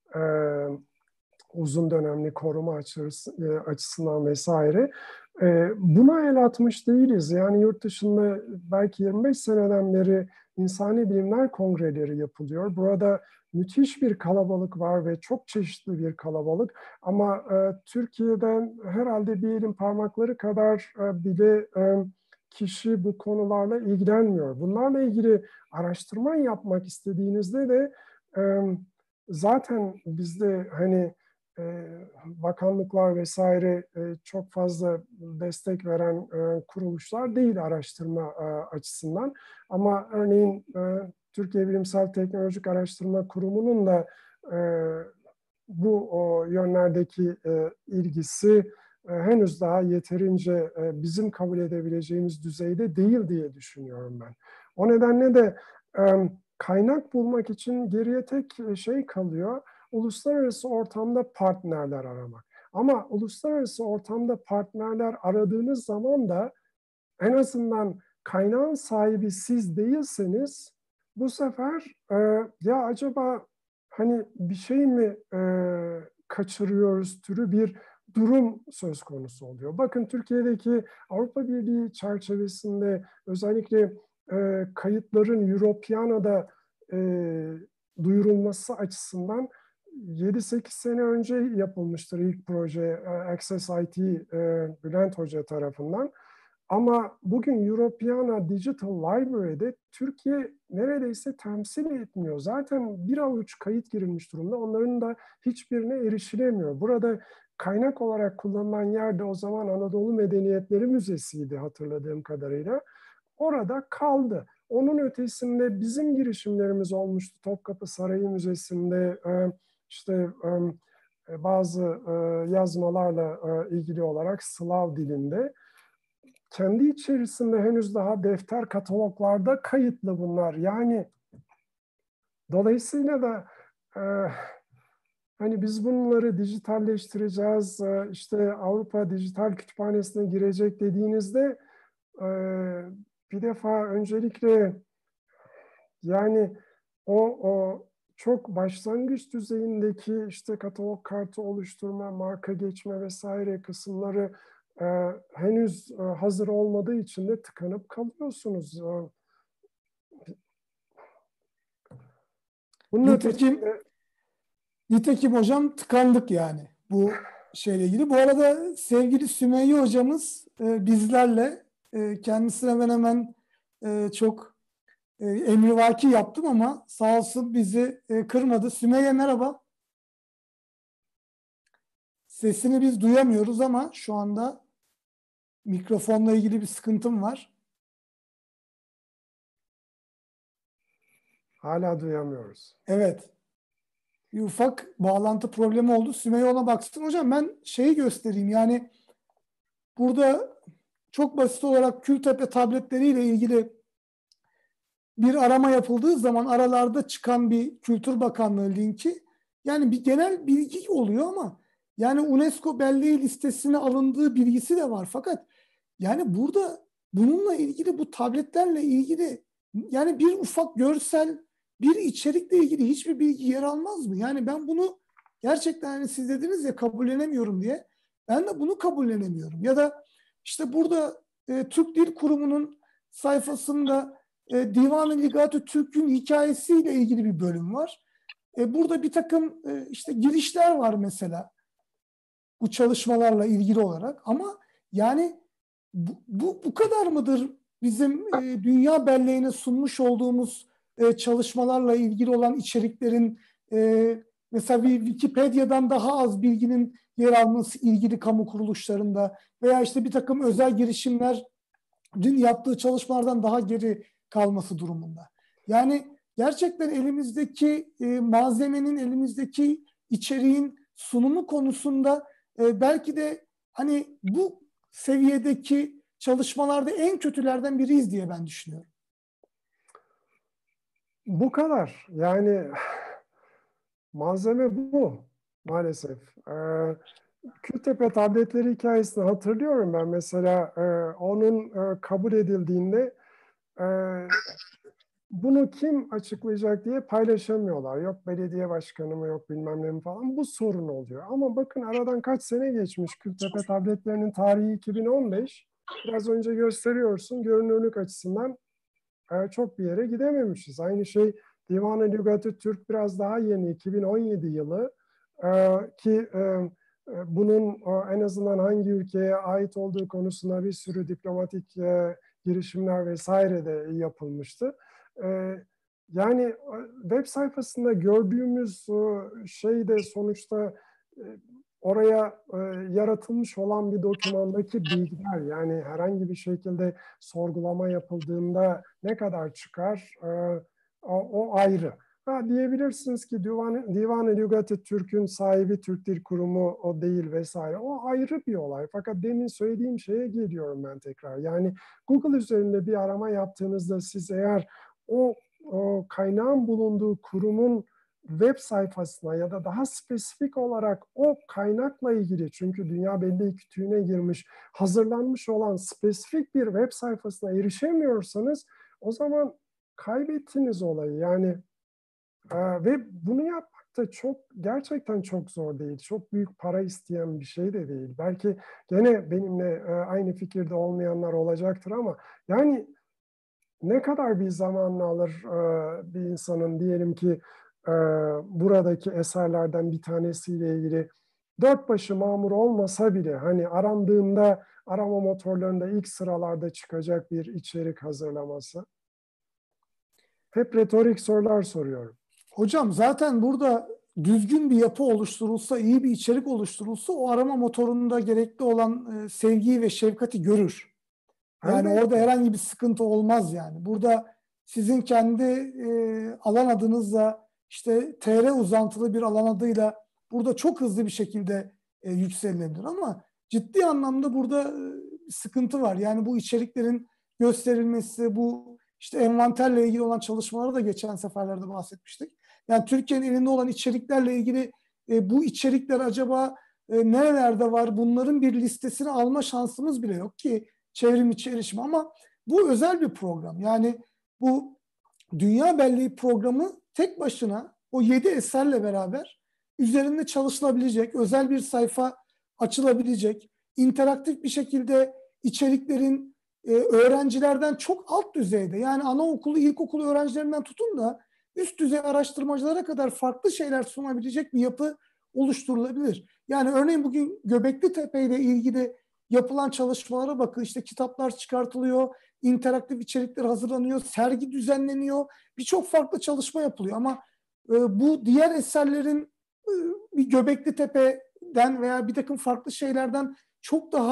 uzun dönemli koruma açısından vesaire. Buna el atmış değiliz. Yani yurt dışında belki 25 seneden beri insani bilimler kongreleri yapılıyor. Burada müthiş bir kalabalık var ve çok çeşitli bir kalabalık. Ama Türkiye'den herhalde bir elin parmakları kadar bile kişi bu konularla ilgilenmiyor. Bunlarla ilgili araştırma yapmak istediğinizde de zaten bizde hani bakanlıklar vesaire çok fazla destek veren kuruluşlar değil araştırma açısından. Ama örneğin Türkiye Bilimsel Teknolojik Araştırma Kurumu'nun da bu yönlerdeki ilgisi henüz daha yeterince bizim kabul edebileceğimiz düzeyde değil diye düşünüyorum ben. O nedenle de kaynak bulmak için geriye tek şey kalıyor: uluslararası ortamda partnerler aramak. Ama uluslararası ortamda partnerler aradığınız zaman da en azından kaynağın sahibi siz değilseniz bu sefer ya acaba hani bir şey mi kaçırıyoruz türü bir durum söz konusu oluyor. Bakın Türkiye'deki Avrupa Birliği çerçevesinde özellikle kayıtların Europeana'da duyurulması açısından 7-8 sene önce yapılmıştır ilk proje Access IT Bülent Hoca tarafından. Ama bugün Europeana Digital Library'de Türkiye neredeyse temsil etmiyor. Zaten bir avuç kayıt girilmiş durumda. Onların da hiçbirine erişilemiyor. Burada kaynak olarak kullanılan yer de o zaman Anadolu Medeniyetleri Müzesi'ydi hatırladığım kadarıyla. Orada kaldı. Onun ötesinde bizim girişimlerimiz olmuştu. Topkapı Sarayı Müzesi'nde işte bazı yazmalarla ilgili olarak Slav dilinde. Kendi içerisinde henüz daha defter kataloglarda kayıtlı bunlar. Yani dolayısıyla da hani biz bunları dijitalleştireceğiz, işte Avrupa Dijital Kütüphanesi'ne girecek dediğinizde bir defa öncelikle yani o çok başlangıç düzeyindeki işte katalog kartı oluşturma, marka geçme vesaire kısımları henüz hazır olmadığı için de tıkanıp kalıyorsunuz. Bunun Nitekim ötesinde Nitekim hocam tıkandık yani bu şeyle ilgili. Bu arada sevgili Sümeyye hocamız bizlerle, kendisine hemen hemen çok emrivaki yaptım ama sağ olsun bizi kırmadı. Sümeyye merhaba. Sesini biz duyamıyoruz ama şu anda Mikrofonla ilgili bir sıkıntım var. Hala duyamıyoruz. Evet. Bir ufak bağlantı problemi oldu. Sümeyye ona baksın. Hocam ben şeyi göstereyim. Yani burada çok basit olarak Kültepe tabletleriyle ilgili bir arama yapıldığı zaman aralarda çıkan bir Kültür Bakanlığı linki, yani bir genel bilgi oluyor ama yani UNESCO belleği listesine alındığı bilgisi de var. Fakat yani burada bununla ilgili, bu tabletlerle ilgili yani bir ufak görsel, bir içerikle ilgili hiçbir bilgi yer almaz mı? Yani ben bunu gerçekten, hani siz dediniz ya kabullenemiyorum diye, ben de bunu kabullenemiyorum. Ya da işte burada Türk Dil Kurumu'nun sayfasında Divan-ı Ligat-ı Türk'ün hikayesiyle ilgili bir bölüm var. Burada bir takım işte girişler var mesela bu çalışmalarla ilgili olarak, ama yani bu kadar mıdır bizim dünya belleğine sunmuş olduğumuz çalışmalarla ilgili olan içeriklerin mesela bir Wikipedia'dan daha az bilginin yer alması ilgili kamu kuruluşlarında, veya işte bir takım özel girişimlerin yaptığı çalışmalardan daha geri kalması durumunda. Yani gerçekten elimizdeki malzemenin, elimizdeki içeriğin sunumu konusunda belki de hani bu seviyedeki çalışmalarda en kötülerden biriyiz diye ben düşünüyorum. Bu kadar. Yani malzeme bu maalesef. Kültepe tabletleri hikayesini hatırlıyorum ben. Mesela onun kabul edildiğinde e, bunu kim açıklayacak diye paylaşamıyorlar. Yok belediye başkanı mı, yok bilmem ne mi falan. Bu sorun oluyor. Ama bakın aradan kaç sene geçmiş. Kültepe tabletlerinin tarihi 2015. Biraz önce gösteriyorsun. Görünürlük açısından çok bir yere gidememişiz. Aynı şey Divan-ı Lügat-ı Türk biraz daha yeni, 2017 yılı ki bunun en azından hangi ülkeye ait olduğu konusunda bir sürü diplomatik girişimler vesaire de yapılmıştı. Yani web sayfasında gördüğümüz şey de sonuçta oraya yaratılmış olan bir dokümandaki bilgiler, yani herhangi bir şekilde sorgulama yapıldığında ne kadar çıkar o ayrı. Ha, diyebilirsiniz ki Divan-ı Lügat-ı Türk'ün sahibi Türk Dil Kurumu o değil vesaire. O ayrı bir olay. Fakat demin söylediğim şeye geliyorum ben tekrar. Yani Google üzerinde bir arama yaptığınızda siz eğer o kaynağın bulunduğu kurumun web sayfasına ya da daha spesifik olarak o kaynakla ilgili, çünkü dünya belleği kütüğüne girmiş, hazırlanmış olan spesifik bir web sayfasına erişemiyorsanız o zaman kaybettiniz olayı. Yani ve bunu yapmak da gerçekten çok zor değil. Çok büyük para isteyen bir şey de değil. Belki gene benimle aynı fikirde olmayanlar olacaktır ama yani ne kadar bir zamanını alır bir insanın, diyelim ki buradaki eserlerden bir tanesiyle ilgili dört başı mamur olmasa bile hani arandığında arama motorlarında ilk sıralarda çıkacak bir içerik hazırlaması. Hep retorik sorular soruyorum. Hocam zaten burada düzgün bir yapı oluşturulsa, iyi bir içerik oluşturulsa o arama motorunda gerekli olan sevgiyi ve şefkati görür. Yani Elbette. orada herhangi bir sıkıntı olmaz yani. Burada sizin kendi alan adınızla, işte TR uzantılı bir alan adıyla burada çok hızlı bir şekilde yükselilebilir, ama ciddi anlamda burada sıkıntı var. Yani bu içeriklerin gösterilmesi, bu işte envanterle ilgili olan çalışmaları da geçen seferlerde bahsetmiştik. Yani Türkiye'nin elinde olan içeriklerle ilgili bu içerikler acaba nerelerde var? Bunların bir listesini alma şansımız bile yok ki çevrim içi erişim, ama bu özel bir program. Yani bu Dünya Belleği programı tek başına o 7 eserle beraber üzerinde çalışılabilecek, özel bir sayfa açılabilecek, interaktif bir şekilde içeriklerin öğrencilerden çok alt düzeyde, yani anaokulu, ilkokulu öğrencilerinden tutun da üst düzey araştırmacılara kadar farklı şeyler sunabilecek bir yapı oluşturulabilir. Yani örneğin bugün Göbekli Tepe ile ilgili yapılan çalışmalara bakın, işte kitaplar çıkartılıyor, interaktif içerikler hazırlanıyor, sergi düzenleniyor, birçok farklı çalışma yapılıyor, ama bu diğer eserlerin bir Göbekli Tepe'den veya bir takım farklı şeylerden çok daha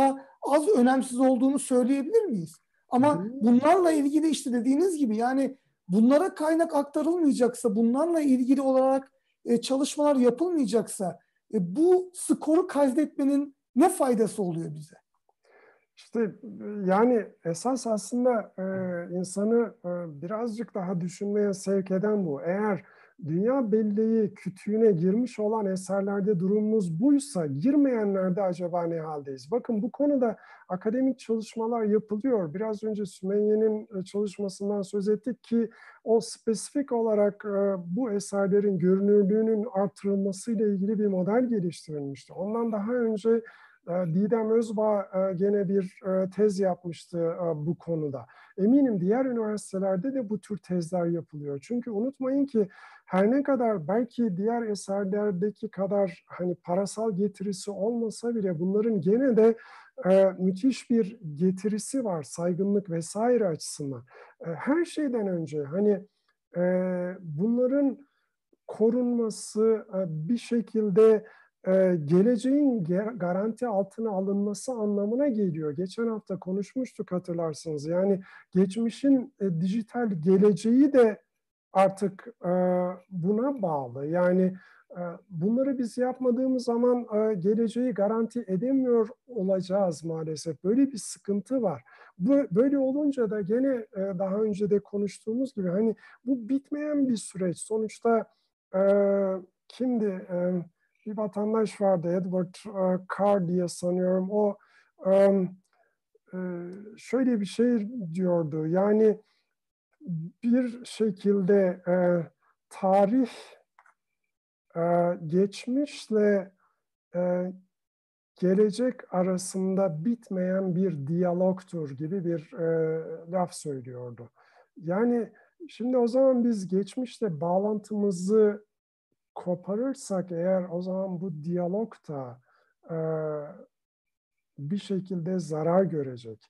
az önemsiz olduğunu söyleyebilir miyiz? Ama Değil. bunlarla ilgili işte dediğiniz gibi yani bunlara kaynak aktarılmayacaksa, bunlarla ilgili olarak çalışmalar yapılmayacaksa bu skoru kaydetmenin ne faydası oluyor bize? İşte yani esas aslında insanı birazcık daha düşünmeye sevk eden bu. Eğer dünya belleği kütüğüne girmiş olan eserlerde durumumuz buysa, girmeyenlerde acaba ne haldeyiz? Bakın bu konuda akademik çalışmalar yapılıyor. Biraz önce Sümeyye'nin çalışmasından söz ettik ki o spesifik olarak bu eserlerin görünürlüğünün artırılmasıyla ilgili bir model geliştirilmişti. Ondan daha önce Didem Özbağ gene bir tez yapmıştı bu konuda. Eminim diğer üniversitelerde de bu tür tezler yapılıyor. Çünkü unutmayın ki her ne kadar belki diğer eserlerdeki kadar hani parasal getirisi olmasa bile bunların gene de müthiş bir getirisi var saygınlık vesaire açısından. Her şeyden önce hani bunların korunması bir şekilde geleceğin garanti altına alınması anlamına geliyor. Geçen hafta konuşmuştuk hatırlarsınız. Yani geçmişin dijital geleceği de artık buna bağlı. Yani bunları biz yapmadığımız zaman geleceği garanti edemiyor olacağız maalesef. Böyle bir sıkıntı var. Böyle olunca da gene daha önce de konuştuğumuz gibi hani bu bitmeyen bir süreç. Sonuçta kimdi? Bir vatandaş vardı, Edward Carr diye sanıyorum. O şöyle bir şey diyordu. Yani bir şekilde tarih geçmişle gelecek arasında bitmeyen bir diyalogtur gibi bir laf söylüyordu. Yani şimdi o zaman biz geçmişle bağlantımızı koparırsak eğer o zaman bu diyalog da bir şekilde zarar görecek.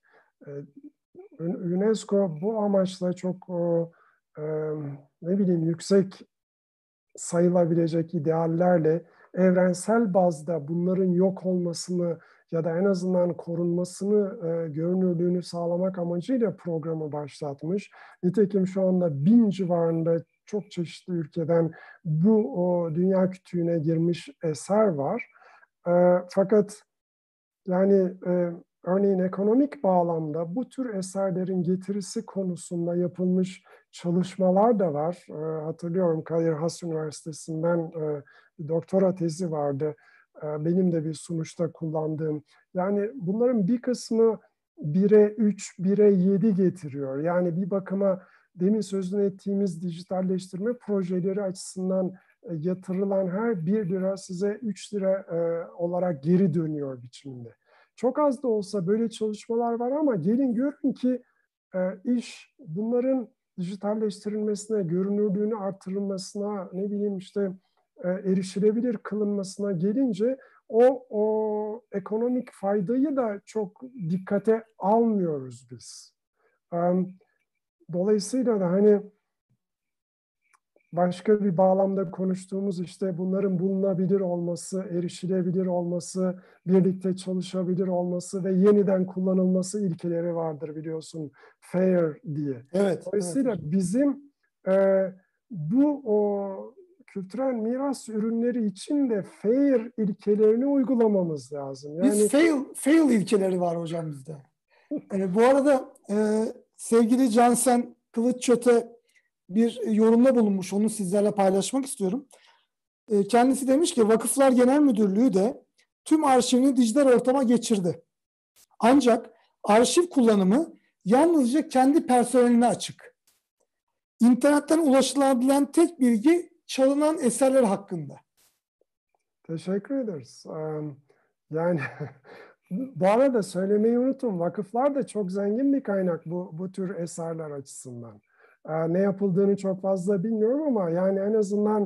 UNESCO bu amaçla çok ne bileyim yüksek sayılabilecek ideallerle evrensel bazda bunların yok olmasını ya da en azından korunmasını, görünürlüğünü sağlamak amacıyla programı başlatmış. Nitekim şu anda 1000 civarında çok çeşitli ülkeden bu dünya kütüğüne girmiş eser var. Fakat yani örneğin ekonomik bağlamda bu tür eserlerin getirisi konusunda yapılmış çalışmalar da var. Hatırlıyorum Kadir Has Üniversitesi'nden bir doktora tezi vardı. Benim de bir sunuşta kullandığım. Yani bunların bir kısmı 1'e 3, 1'e 7 getiriyor. Yani bir bakıma demin sözünü ettiğimiz dijitalleştirme projeleri açısından yatırılan her 1 lira size 3 lira olarak geri dönüyor biçimde. Çok az da olsa böyle çalışmalar var ama gelin görün ki iş bunların dijitalleştirilmesine, görünürlüğünü artırılmasına, ne bileyim işte erişilebilir kılınmasına gelince o ekonomik faydayı da çok dikkate almıyoruz biz. Dolayısıyla da hani başka bir bağlamda konuştuğumuz işte bunların bulunabilir olması, erişilebilir olması, birlikte çalışabilir olması ve yeniden kullanılması ilkeleri vardır biliyorsun, FAIR diye. Evet, Dolayısıyla evet. bizim bu kültürel miras ürünleri için de FAIR ilkelerini uygulamamız lazım. Biz Yani fail ilkeleri var hocam bizde. Bu arada sevgili Cansen Kılıççöte bir yorumda bulunmuş. Onu sizlerle paylaşmak istiyorum. Kendisi demiş ki Vakıflar Genel Müdürlüğü de tüm arşivini dijital ortama geçirdi. Ancak arşiv kullanımı yalnızca kendi personeline açık. İnternetten ulaşılabilen tek bilgi çalınan eserler hakkında. teşekkür ederiz. Yani bu arada söylemeyi unuttum. Vakıflar da çok zengin bir kaynak bu tür eserler açısından. Ne yapıldığını çok fazla bilmiyorum ama yani en azından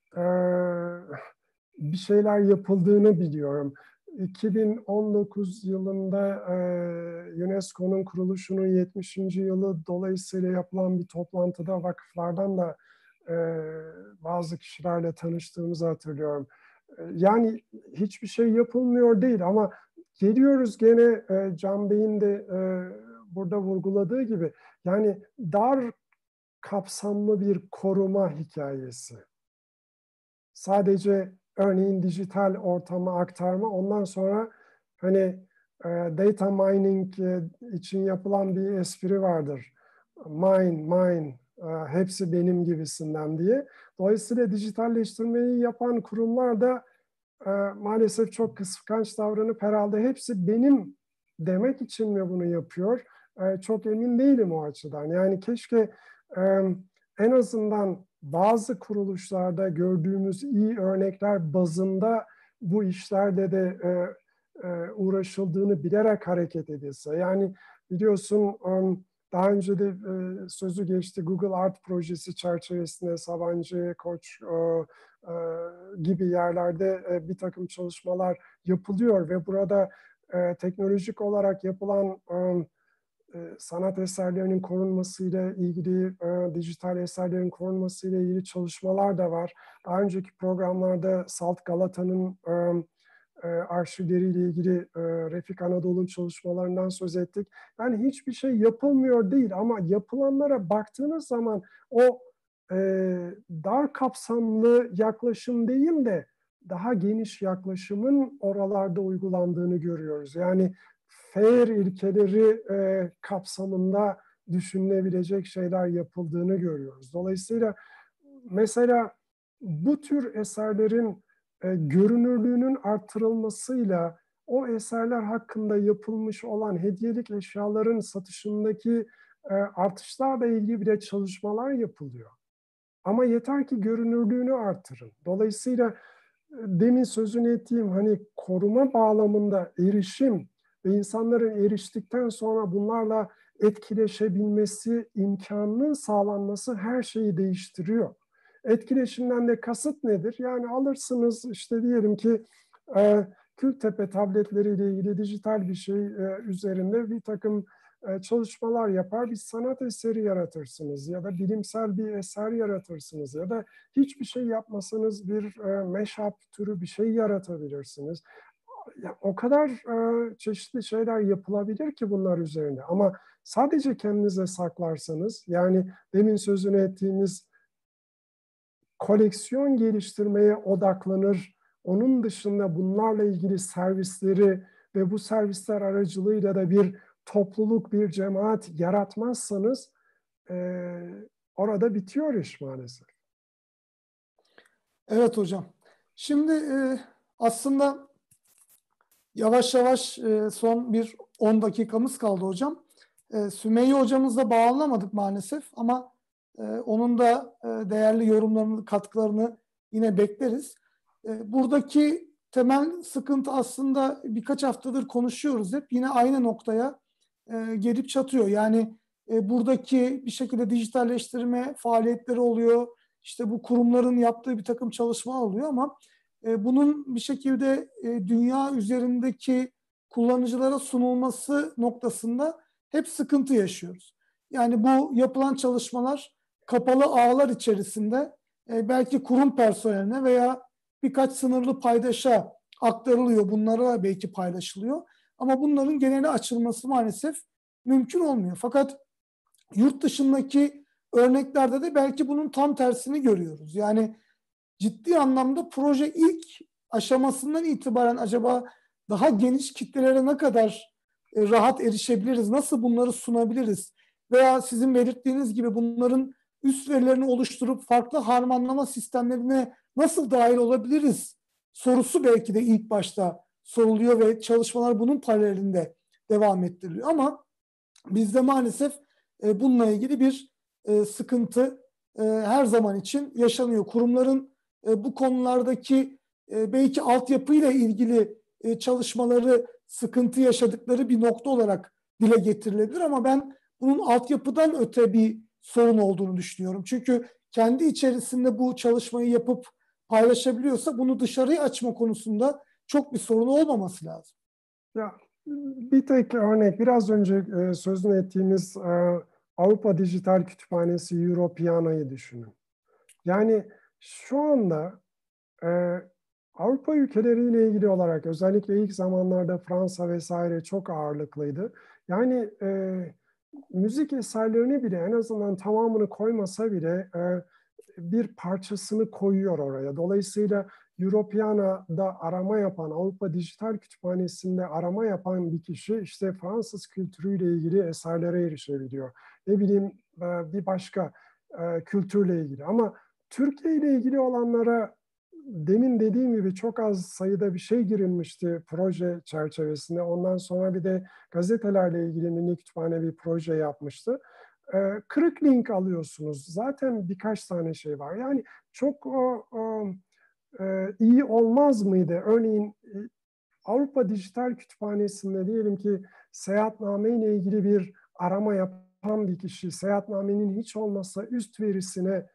bir şeyler yapıldığını biliyorum. 2019 yılında UNESCO'nun kuruluşunun 70. yılı dolayısıyla yapılan bir toplantıda vakıflardan da bazı kişilerle tanıştığımızı hatırlıyorum. Yani hiçbir şey yapılmıyor değil ama geliyoruz gene Can Bey'in de burada vurguladığı gibi, yani dar kapsamlı bir koruma hikayesi. Sadece örneğin dijital ortama aktarma, ondan sonra hani data mining için yapılan bir espri vardır. Mine, hepsi benim gibisinden diye. Dolayısıyla dijitalleştirmeyi yapan kurumlar da maalesef çok kıskanç davranıp herhalde hepsi benim demek için mi bunu yapıyor? Çok emin değilim o açıdan. Yani keşke en azından bazı kuruluşlarda gördüğümüz iyi örnekler bazında bu işlerde de uğraşıldığını bilerek hareket edilse. Yani biliyorsun daha önce de sözü geçti, Google Art projesi çerçevesinde Sabancı, Koç gibi yerlerde bir takım çalışmalar yapılıyor ve burada teknolojik olarak yapılan sanat eserlerinin korunmasıyla ilgili, dijital eserlerin korunmasıyla ilgili çalışmalar da var. Daha önceki programlarda Salt Galata'nın arşivleriyle ilgili Refik Anadolu'nun çalışmalarından söz ettik. Yani hiçbir şey yapılmıyor değil ama yapılanlara baktığınız zaman o dar kapsamlı yaklaşım değil de daha geniş yaklaşımın oralarda uygulandığını görüyoruz. Yani FAIR ilkeleri kapsamında düşünülebilecek şeyler yapıldığını görüyoruz. Dolayısıyla mesela bu tür eserlerin görünürlüğünün artırılmasıyla o eserler hakkında yapılmış olan hediyelik eşyaların satışındaki artışlarla ilgili bile çalışmalar yapılıyor. Ama yeter ki görünürlüğünü artırın. Dolayısıyla demin sözünü ettiğim hani koruma bağlamında erişim ve insanların eriştikten sonra bunlarla etkileşebilmesi imkanının sağlanması her şeyi değiştiriyor. Etkileşimden de kasıt nedir? Yani alırsınız işte diyelim ki Kültepe tabletleriyle ilgili dijital bir şey üzerinde bir takım çalışmalar yapar, bir sanat eseri yaratırsınız ya da bilimsel bir eser yaratırsınız ya da hiçbir şey yapmasanız bir mashup türü bir şey yaratabilirsiniz. Ya, o kadar çeşitli şeyler yapılabilir ki bunlar üzerine ama sadece kendinize saklarsanız, yani demin sözünü ettiğimiz koleksiyon geliştirmeye odaklanır, onun dışında bunlarla ilgili servisleri ve bu servisler aracılığıyla da bir topluluk, bir cemaat yaratmazsanız orada bitiyor iş maalesef. Evet hocam. Şimdi aslında yavaş yavaş son bir 10 dakikamız kaldı hocam. Sümeyye hocamızla bağlanamadık maalesef ama onun da değerli yorumlarını, katkılarını yine bekleriz. Buradaki temel sıkıntı aslında birkaç haftadır konuşuyoruz hep. Yine aynı noktaya gelip çatıyor. Yani buradaki bir şekilde dijitalleştirme faaliyetleri oluyor. İşte bu kurumların yaptığı bir takım çalışmalar oluyor ama bunun bir şekilde dünya üzerindeki kullanıcılara sunulması noktasında hep sıkıntı yaşıyoruz. Yani bu yapılan çalışmalar kapalı ağlar içerisinde belki kurum personeline veya birkaç sınırlı paydaşa aktarılıyor. Bunlara belki paylaşılıyor. Ama bunların geneli açılması maalesef mümkün olmuyor. Fakat yurt dışındaki örneklerde de belki bunun tam tersini görüyoruz. Yani ciddi anlamda proje ilk aşamasından itibaren acaba daha geniş kitlelere ne kadar rahat erişebiliriz, nasıl bunları sunabiliriz veya sizin belirttiğiniz gibi bunların üst verilerini oluşturup farklı harmanlama sistemlerine nasıl dahil olabiliriz sorusu belki de ilk başta soruluyor ve çalışmalar bunun paralelinde devam ettiriliyor. Ama bizde maalesef bununla ilgili bir sıkıntı her zaman için yaşanıyor. Kurumların bu konulardaki belki altyapıyla ilgili çalışmaları sıkıntı yaşadıkları bir nokta olarak dile getirilebilir ama ben bunun altyapıdan öte bir sorun olduğunu düşünüyorum. Çünkü kendi içerisinde bu çalışmayı yapıp paylaşabiliyorsa bunu dışarıya açma konusunda çok bir sorun olmaması lazım. Ya bir tek örnek, biraz önce sözünü ettiğimiz Avrupa Dijital Kütüphanesi Europeana'yı düşünün. Yani şu anda Avrupa ülkeleriyle ilgili olarak özellikle ilk zamanlarda Fransa vesaire çok ağırlıklıydı. Yani müzik eserlerini bile en azından tamamını koymasa bile bir parçasını koyuyor oraya. Dolayısıyla Europeana'da arama yapan, Avrupa Dijital Kütüphanesi'nde arama yapan bir kişi işte Fransız kültürüyle ilgili eserlere erişebiliyor. Ne bileyim bir başka kültürle ilgili. Ama Türkiye ile ilgili olanlara demin dediğim gibi çok az sayıda bir şey girilmişti proje çerçevesinde. Ondan sonra bir de gazetelerle ilgili Milli Kütüphane bir proje yapmıştı. Kırık link alıyorsunuz. Zaten birkaç tane şey var. Yani çok iyi olmaz mıydı? Örneğin Avrupa Dijital Kütüphanesi'nde diyelim ki seyahatname ile ilgili bir arama yapan bir kişi, seyahatnamenin hiç olmazsa üst verisine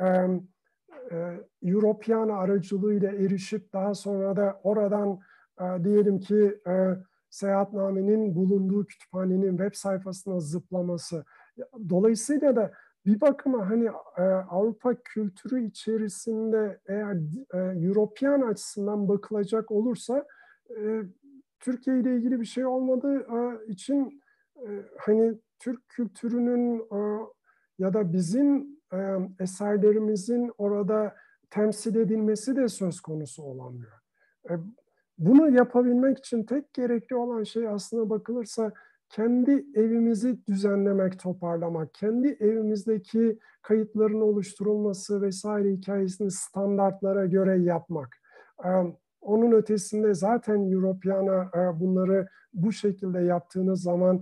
Europeana aracılığıyla erişip daha sonra da oradan diyelim ki seyahatnamenin bulunduğu kütüphanenin web sayfasına zıplaması. Dolayısıyla da bir bakıma hani Avrupa kültürü içerisinde eğer European açısından bakılacak olursa Türkiye ile ilgili bir şey olmadığı için hani Türk kültürünün ya da bizim eserlerimizin orada temsil edilmesi de söz konusu olamıyor. Bunu yapabilmek için tek gerekli olan şey aslına bakılırsa kendi evimizi düzenlemek, toparlamak, kendi evimizdeki kayıtların oluşturulması vesaire hikayesini standartlara göre yapmak. Onun ötesinde zaten Europeana bunları bu şekilde yaptığınız zaman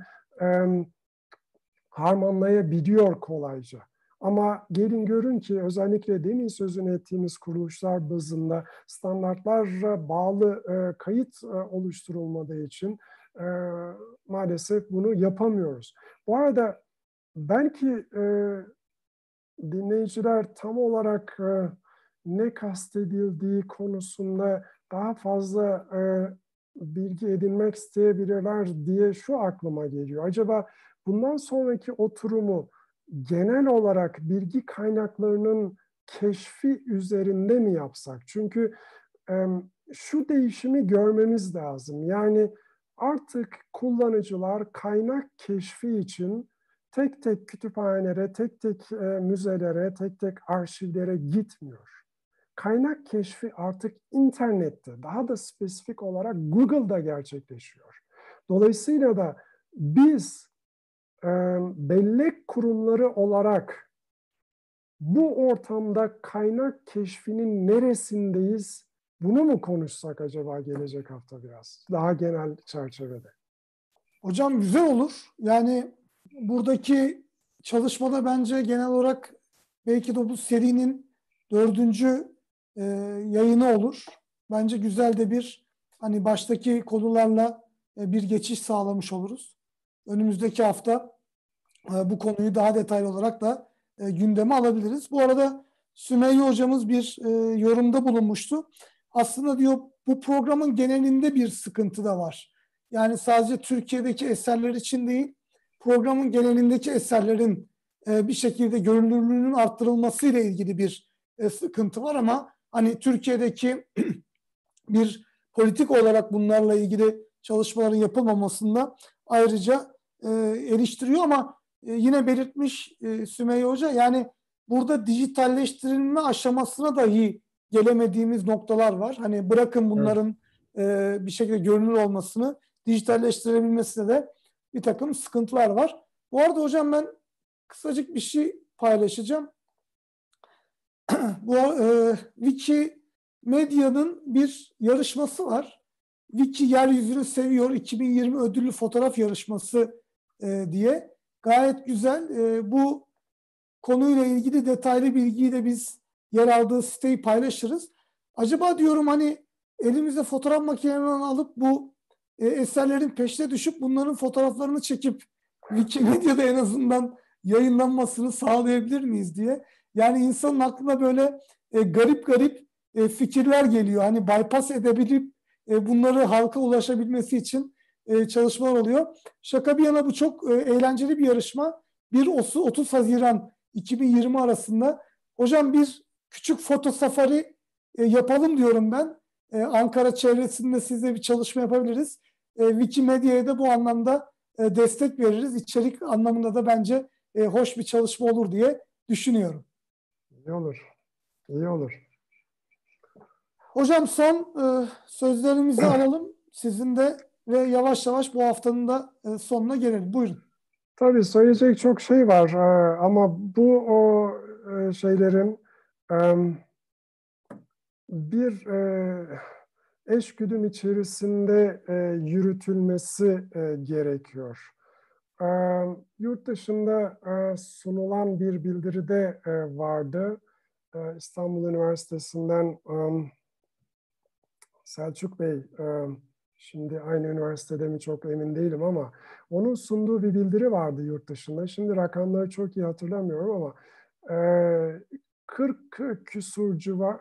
harmanlayabiliyor kolayca. Ama gelin görün ki özellikle demin sözünü ettiğimiz kuruluşlar bazında standartlara bağlı kayıt oluşturulmadığı için maalesef bunu yapamıyoruz. Bu arada belki dinleyiciler tam olarak ne kastedildiği konusunda daha fazla bilgi edinmek isteyebilirler diye şu aklıma geliyor. Acaba bundan sonraki oturumu genel olarak bilgi kaynaklarının keşfi üzerinde mi yapsak? Çünkü şu değişimi görmemiz lazım. Yani artık kullanıcılar kaynak keşfi için tek tek kütüphanelere, tek tek müzelere, tek tek arşivlere gitmiyor. Kaynak keşfi artık internette, daha da spesifik olarak Google'da gerçekleşiyor. Dolayısıyla da biz bellek kurumları olarak bu ortamda kaynak keşfinin neresindeyiz? Bunu mu konuşsak acaba gelecek hafta biraz? Daha genel çerçevede. Hocam güzel olur. Yani buradaki çalışmada bence genel olarak belki de bu serinin 4. yayını olur. Bence güzel de bir hani baştaki konularla bir geçiş sağlamış oluruz. Önümüzdeki hafta bu konuyu daha detaylı olarak da gündeme alabiliriz. Bu arada Sümeyye hocamız bir yorumda bulunmuştu. Aslında diyor bu programın genelinde bir sıkıntı da var. Yani sadece Türkiye'deki eserler için değil, programın genelindeki eserlerin bir şekilde görünürlüğünün arttırılması ile ilgili bir sıkıntı var ama hani Türkiye'deki bir politik olarak bunlarla ilgili çalışmaların yapılmamasında ayrıca eleştiriyor ama yine belirtmiş Sümeyye Hoca yani burada dijitalleştirilme aşamasına dahi gelemediğimiz noktalar var. Hani bırakın bunların bir şekilde görünür olmasını dijitalleştirebilmesine de bir takım sıkıntılar var. Bu arada hocam ben kısacık bir şey paylaşacağım. Bu Wikimedia'nın bir yarışması var. Wiki Yeryüzünü Seviyor 2020 ödüllü fotoğraf yarışması diye. Gayet güzel. Bu konuyla ilgili detaylı bilgiyi de biz yer aldığı siteyi paylaşırız. Acaba diyorum hani elimize fotoğraf makinelerinden alıp bu eserlerin peşine düşüp bunların fotoğraflarını çekip Wikimedia'da en azından yayınlanmasını sağlayabilir miyiz diye. Yani insanın aklına böyle garip garip fikirler geliyor. Hani bypass edebilip bunları halka ulaşabilmesi için çalışmalar oluyor. Şaka bir yana bu çok eğlenceli bir yarışma. 1-30 Haziran 2020 arasında. Hocam bir küçük foto safari yapalım diyorum ben. Ankara çevresinde sizle bir çalışma yapabiliriz. Wikimedia'ya da bu anlamda destek veririz. İçerik anlamında da bence hoş bir çalışma olur diye düşünüyorum. İyi olur. İyi olur. Hocam son sözlerimizi alalım. Sizin de ve yavaş yavaş bu haftanın da sonuna gelelim. Buyurun. Tabii söyleyecek çok şey var ama bu o şeylerin bir eşgüdüm içerisinde yürütülmesi gerekiyor. Yurt dışında sunulan bir bildiride vardı. İstanbul Üniversitesi'nden Selçuk Bey, şimdi aynı üniversitede mi çok emin değilim ama onun sunduğu bir bildiri vardı yurt dışında. Şimdi rakamları çok iyi hatırlamıyorum ama 40 küsur civar,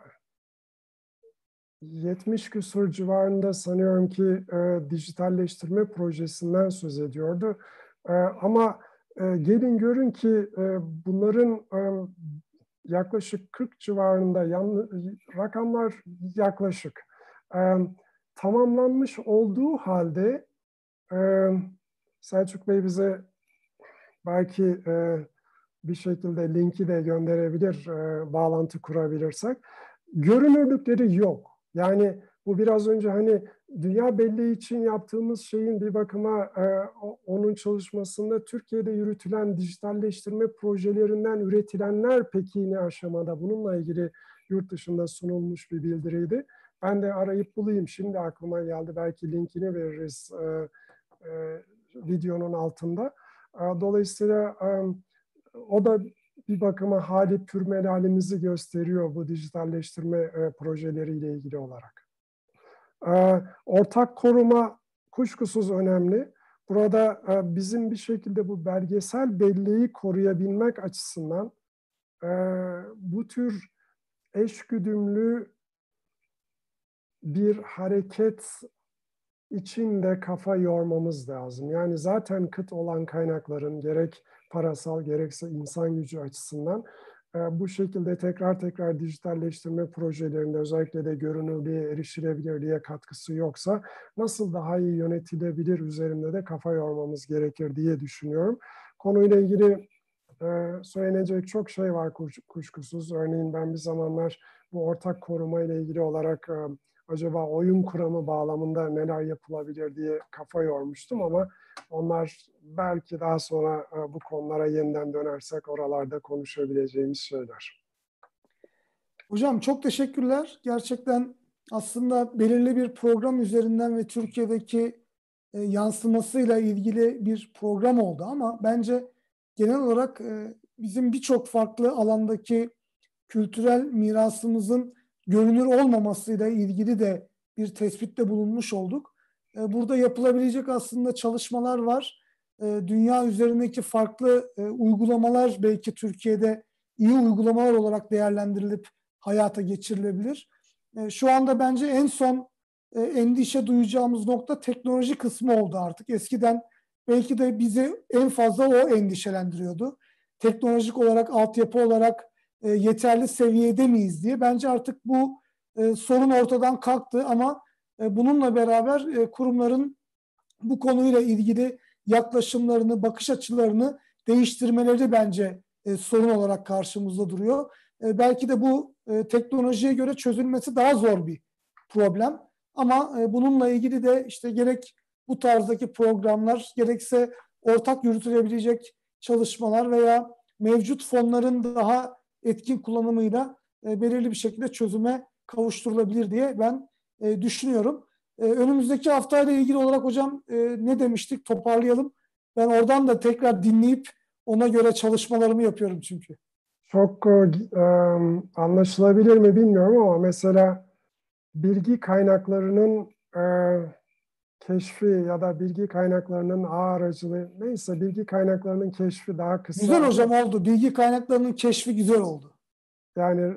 70 küsur civarında sanıyorum ki dijitalleştirme projesinden söz ediyordu. Ama gelin görün ki bunların yaklaşık 40 civarında rakamlar yaklaşık tamamlanmış olduğu halde Selçuk Bey bize belki bir şekilde linki de gönderebilir, bağlantı kurabilirsek. Görünürlükleri yok. Yani bu biraz önce hani dünya belleği için yaptığımız şeyin bir bakıma onun çalışmasında Türkiye'de yürütülen dijitalleştirme projelerinden üretilenler peki ne aşamada? Bununla ilgili yurt dışında sunulmuş bir bildiriydi. Ben de arayıp bulayım. Şimdi aklıma geldi. Belki linkini veririz videonun altında. Dolayısıyla o da bir bakıma hali pürmelalimizi gösteriyor bu dijitalleştirme projeleriyle ilgili olarak. Ortak koruma kuşkusuz önemli. Burada bizim bir şekilde bu belgesel belleği koruyabilmek açısından bu tür eşgüdümlü bir hareket içinde kafa yormamız lazım. Yani zaten kıt olan kaynakların gerek parasal gerekse insan gücü açısından bu şekilde tekrar dijitalleştirme projelerinde özellikle de görünürlüğe, erişilebilirliğe katkısı yoksa nasıl daha iyi yönetilebilir üzerinde de kafa yormamız gerekir diye düşünüyorum. Konuyla ilgili söylenecek çok şey var kuşkusuz. Örneğin ben bir zamanlar bu ortak koruma ile ilgili olarak acaba oyun kuramı bağlamında neler yapılabilir diye kafa yormuştum ama onlar belki daha sonra bu konulara yeniden dönersek oralarda konuşabileceğimiz şeyler. Hocam çok teşekkürler. Gerçekten aslında belirli bir program üzerinden ve Türkiye'deki yansımasıyla ilgili bir program oldu ama bence genel olarak bizim birçok farklı alandaki kültürel mirasımızın görünür olmamasıyla ilgili de bir tespitte bulunmuş olduk. Burada yapılabilecek aslında çalışmalar var. Dünya üzerindeki farklı uygulamalar belki Türkiye'de iyi uygulamalar olarak değerlendirilip hayata geçirilebilir. Şu anda bence en son endişe duyacağımız nokta teknoloji kısmı oldu artık. Eskiden belki de bizi en fazla o endişelendiriyordu. Teknolojik olarak, altyapı olarak yeterli seviyede miyiz diye. Bence artık bu sorun ortadan kalktı ama bununla beraber kurumların bu konuyla ilgili yaklaşımlarını, bakış açılarını değiştirmeleri bence sorun olarak karşımızda duruyor. Belki de bu teknolojiye göre çözülmesi daha zor bir problem. Ama bununla ilgili de işte gerek bu tarzdaki programlar, gerekse ortak yürütülebilecek çalışmalar veya mevcut fonların daha etkin kullanımıyla belirli bir şekilde çözüme kavuşturulabilir diye ben düşünüyorum. Önümüzdeki haftayla ilgili olarak hocam ne demiştik? Toparlayalım. Ben oradan da tekrar dinleyip ona göre çalışmalarımı yapıyorum çünkü. Çok anlaşılabilir mi bilmiyorum ama mesela bilgi kaynaklarının keşfi ya da bilgi kaynaklarının ağ aracılığı neyse bilgi kaynaklarının keşfi daha kısa. Güzel hocam oldu. Bilgi kaynaklarının keşfi güzel oldu. Yani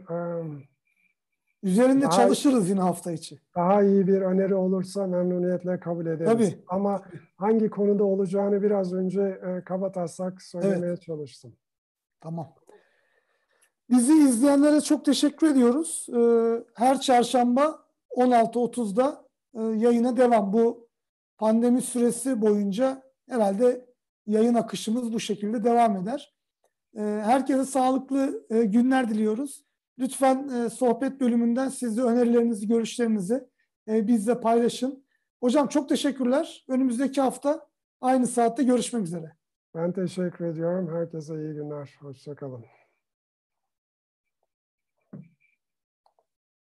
üzerinde çalışırız yine hafta içi. Daha iyi bir öneri olursa memnuniyetle kabul ederiz. Tabii. Ama hangi konuda olacağını biraz önce kabataslak söylemeye çalıştım. Tamam. Bizi izleyenlere çok teşekkür ediyoruz. Her çarşamba 16.30'da yayına devam. Bu pandemi süresi boyunca herhalde yayın akışımız bu şekilde devam eder. Herkese sağlıklı günler diliyoruz. Lütfen sohbet bölümünden siz de önerilerinizi, görüşlerinizi bizle paylaşın. Hocam çok teşekkürler. Önümüzdeki hafta aynı saatte görüşmek üzere. Ben teşekkür ediyorum. Herkese iyi günler. Hoşça kalın.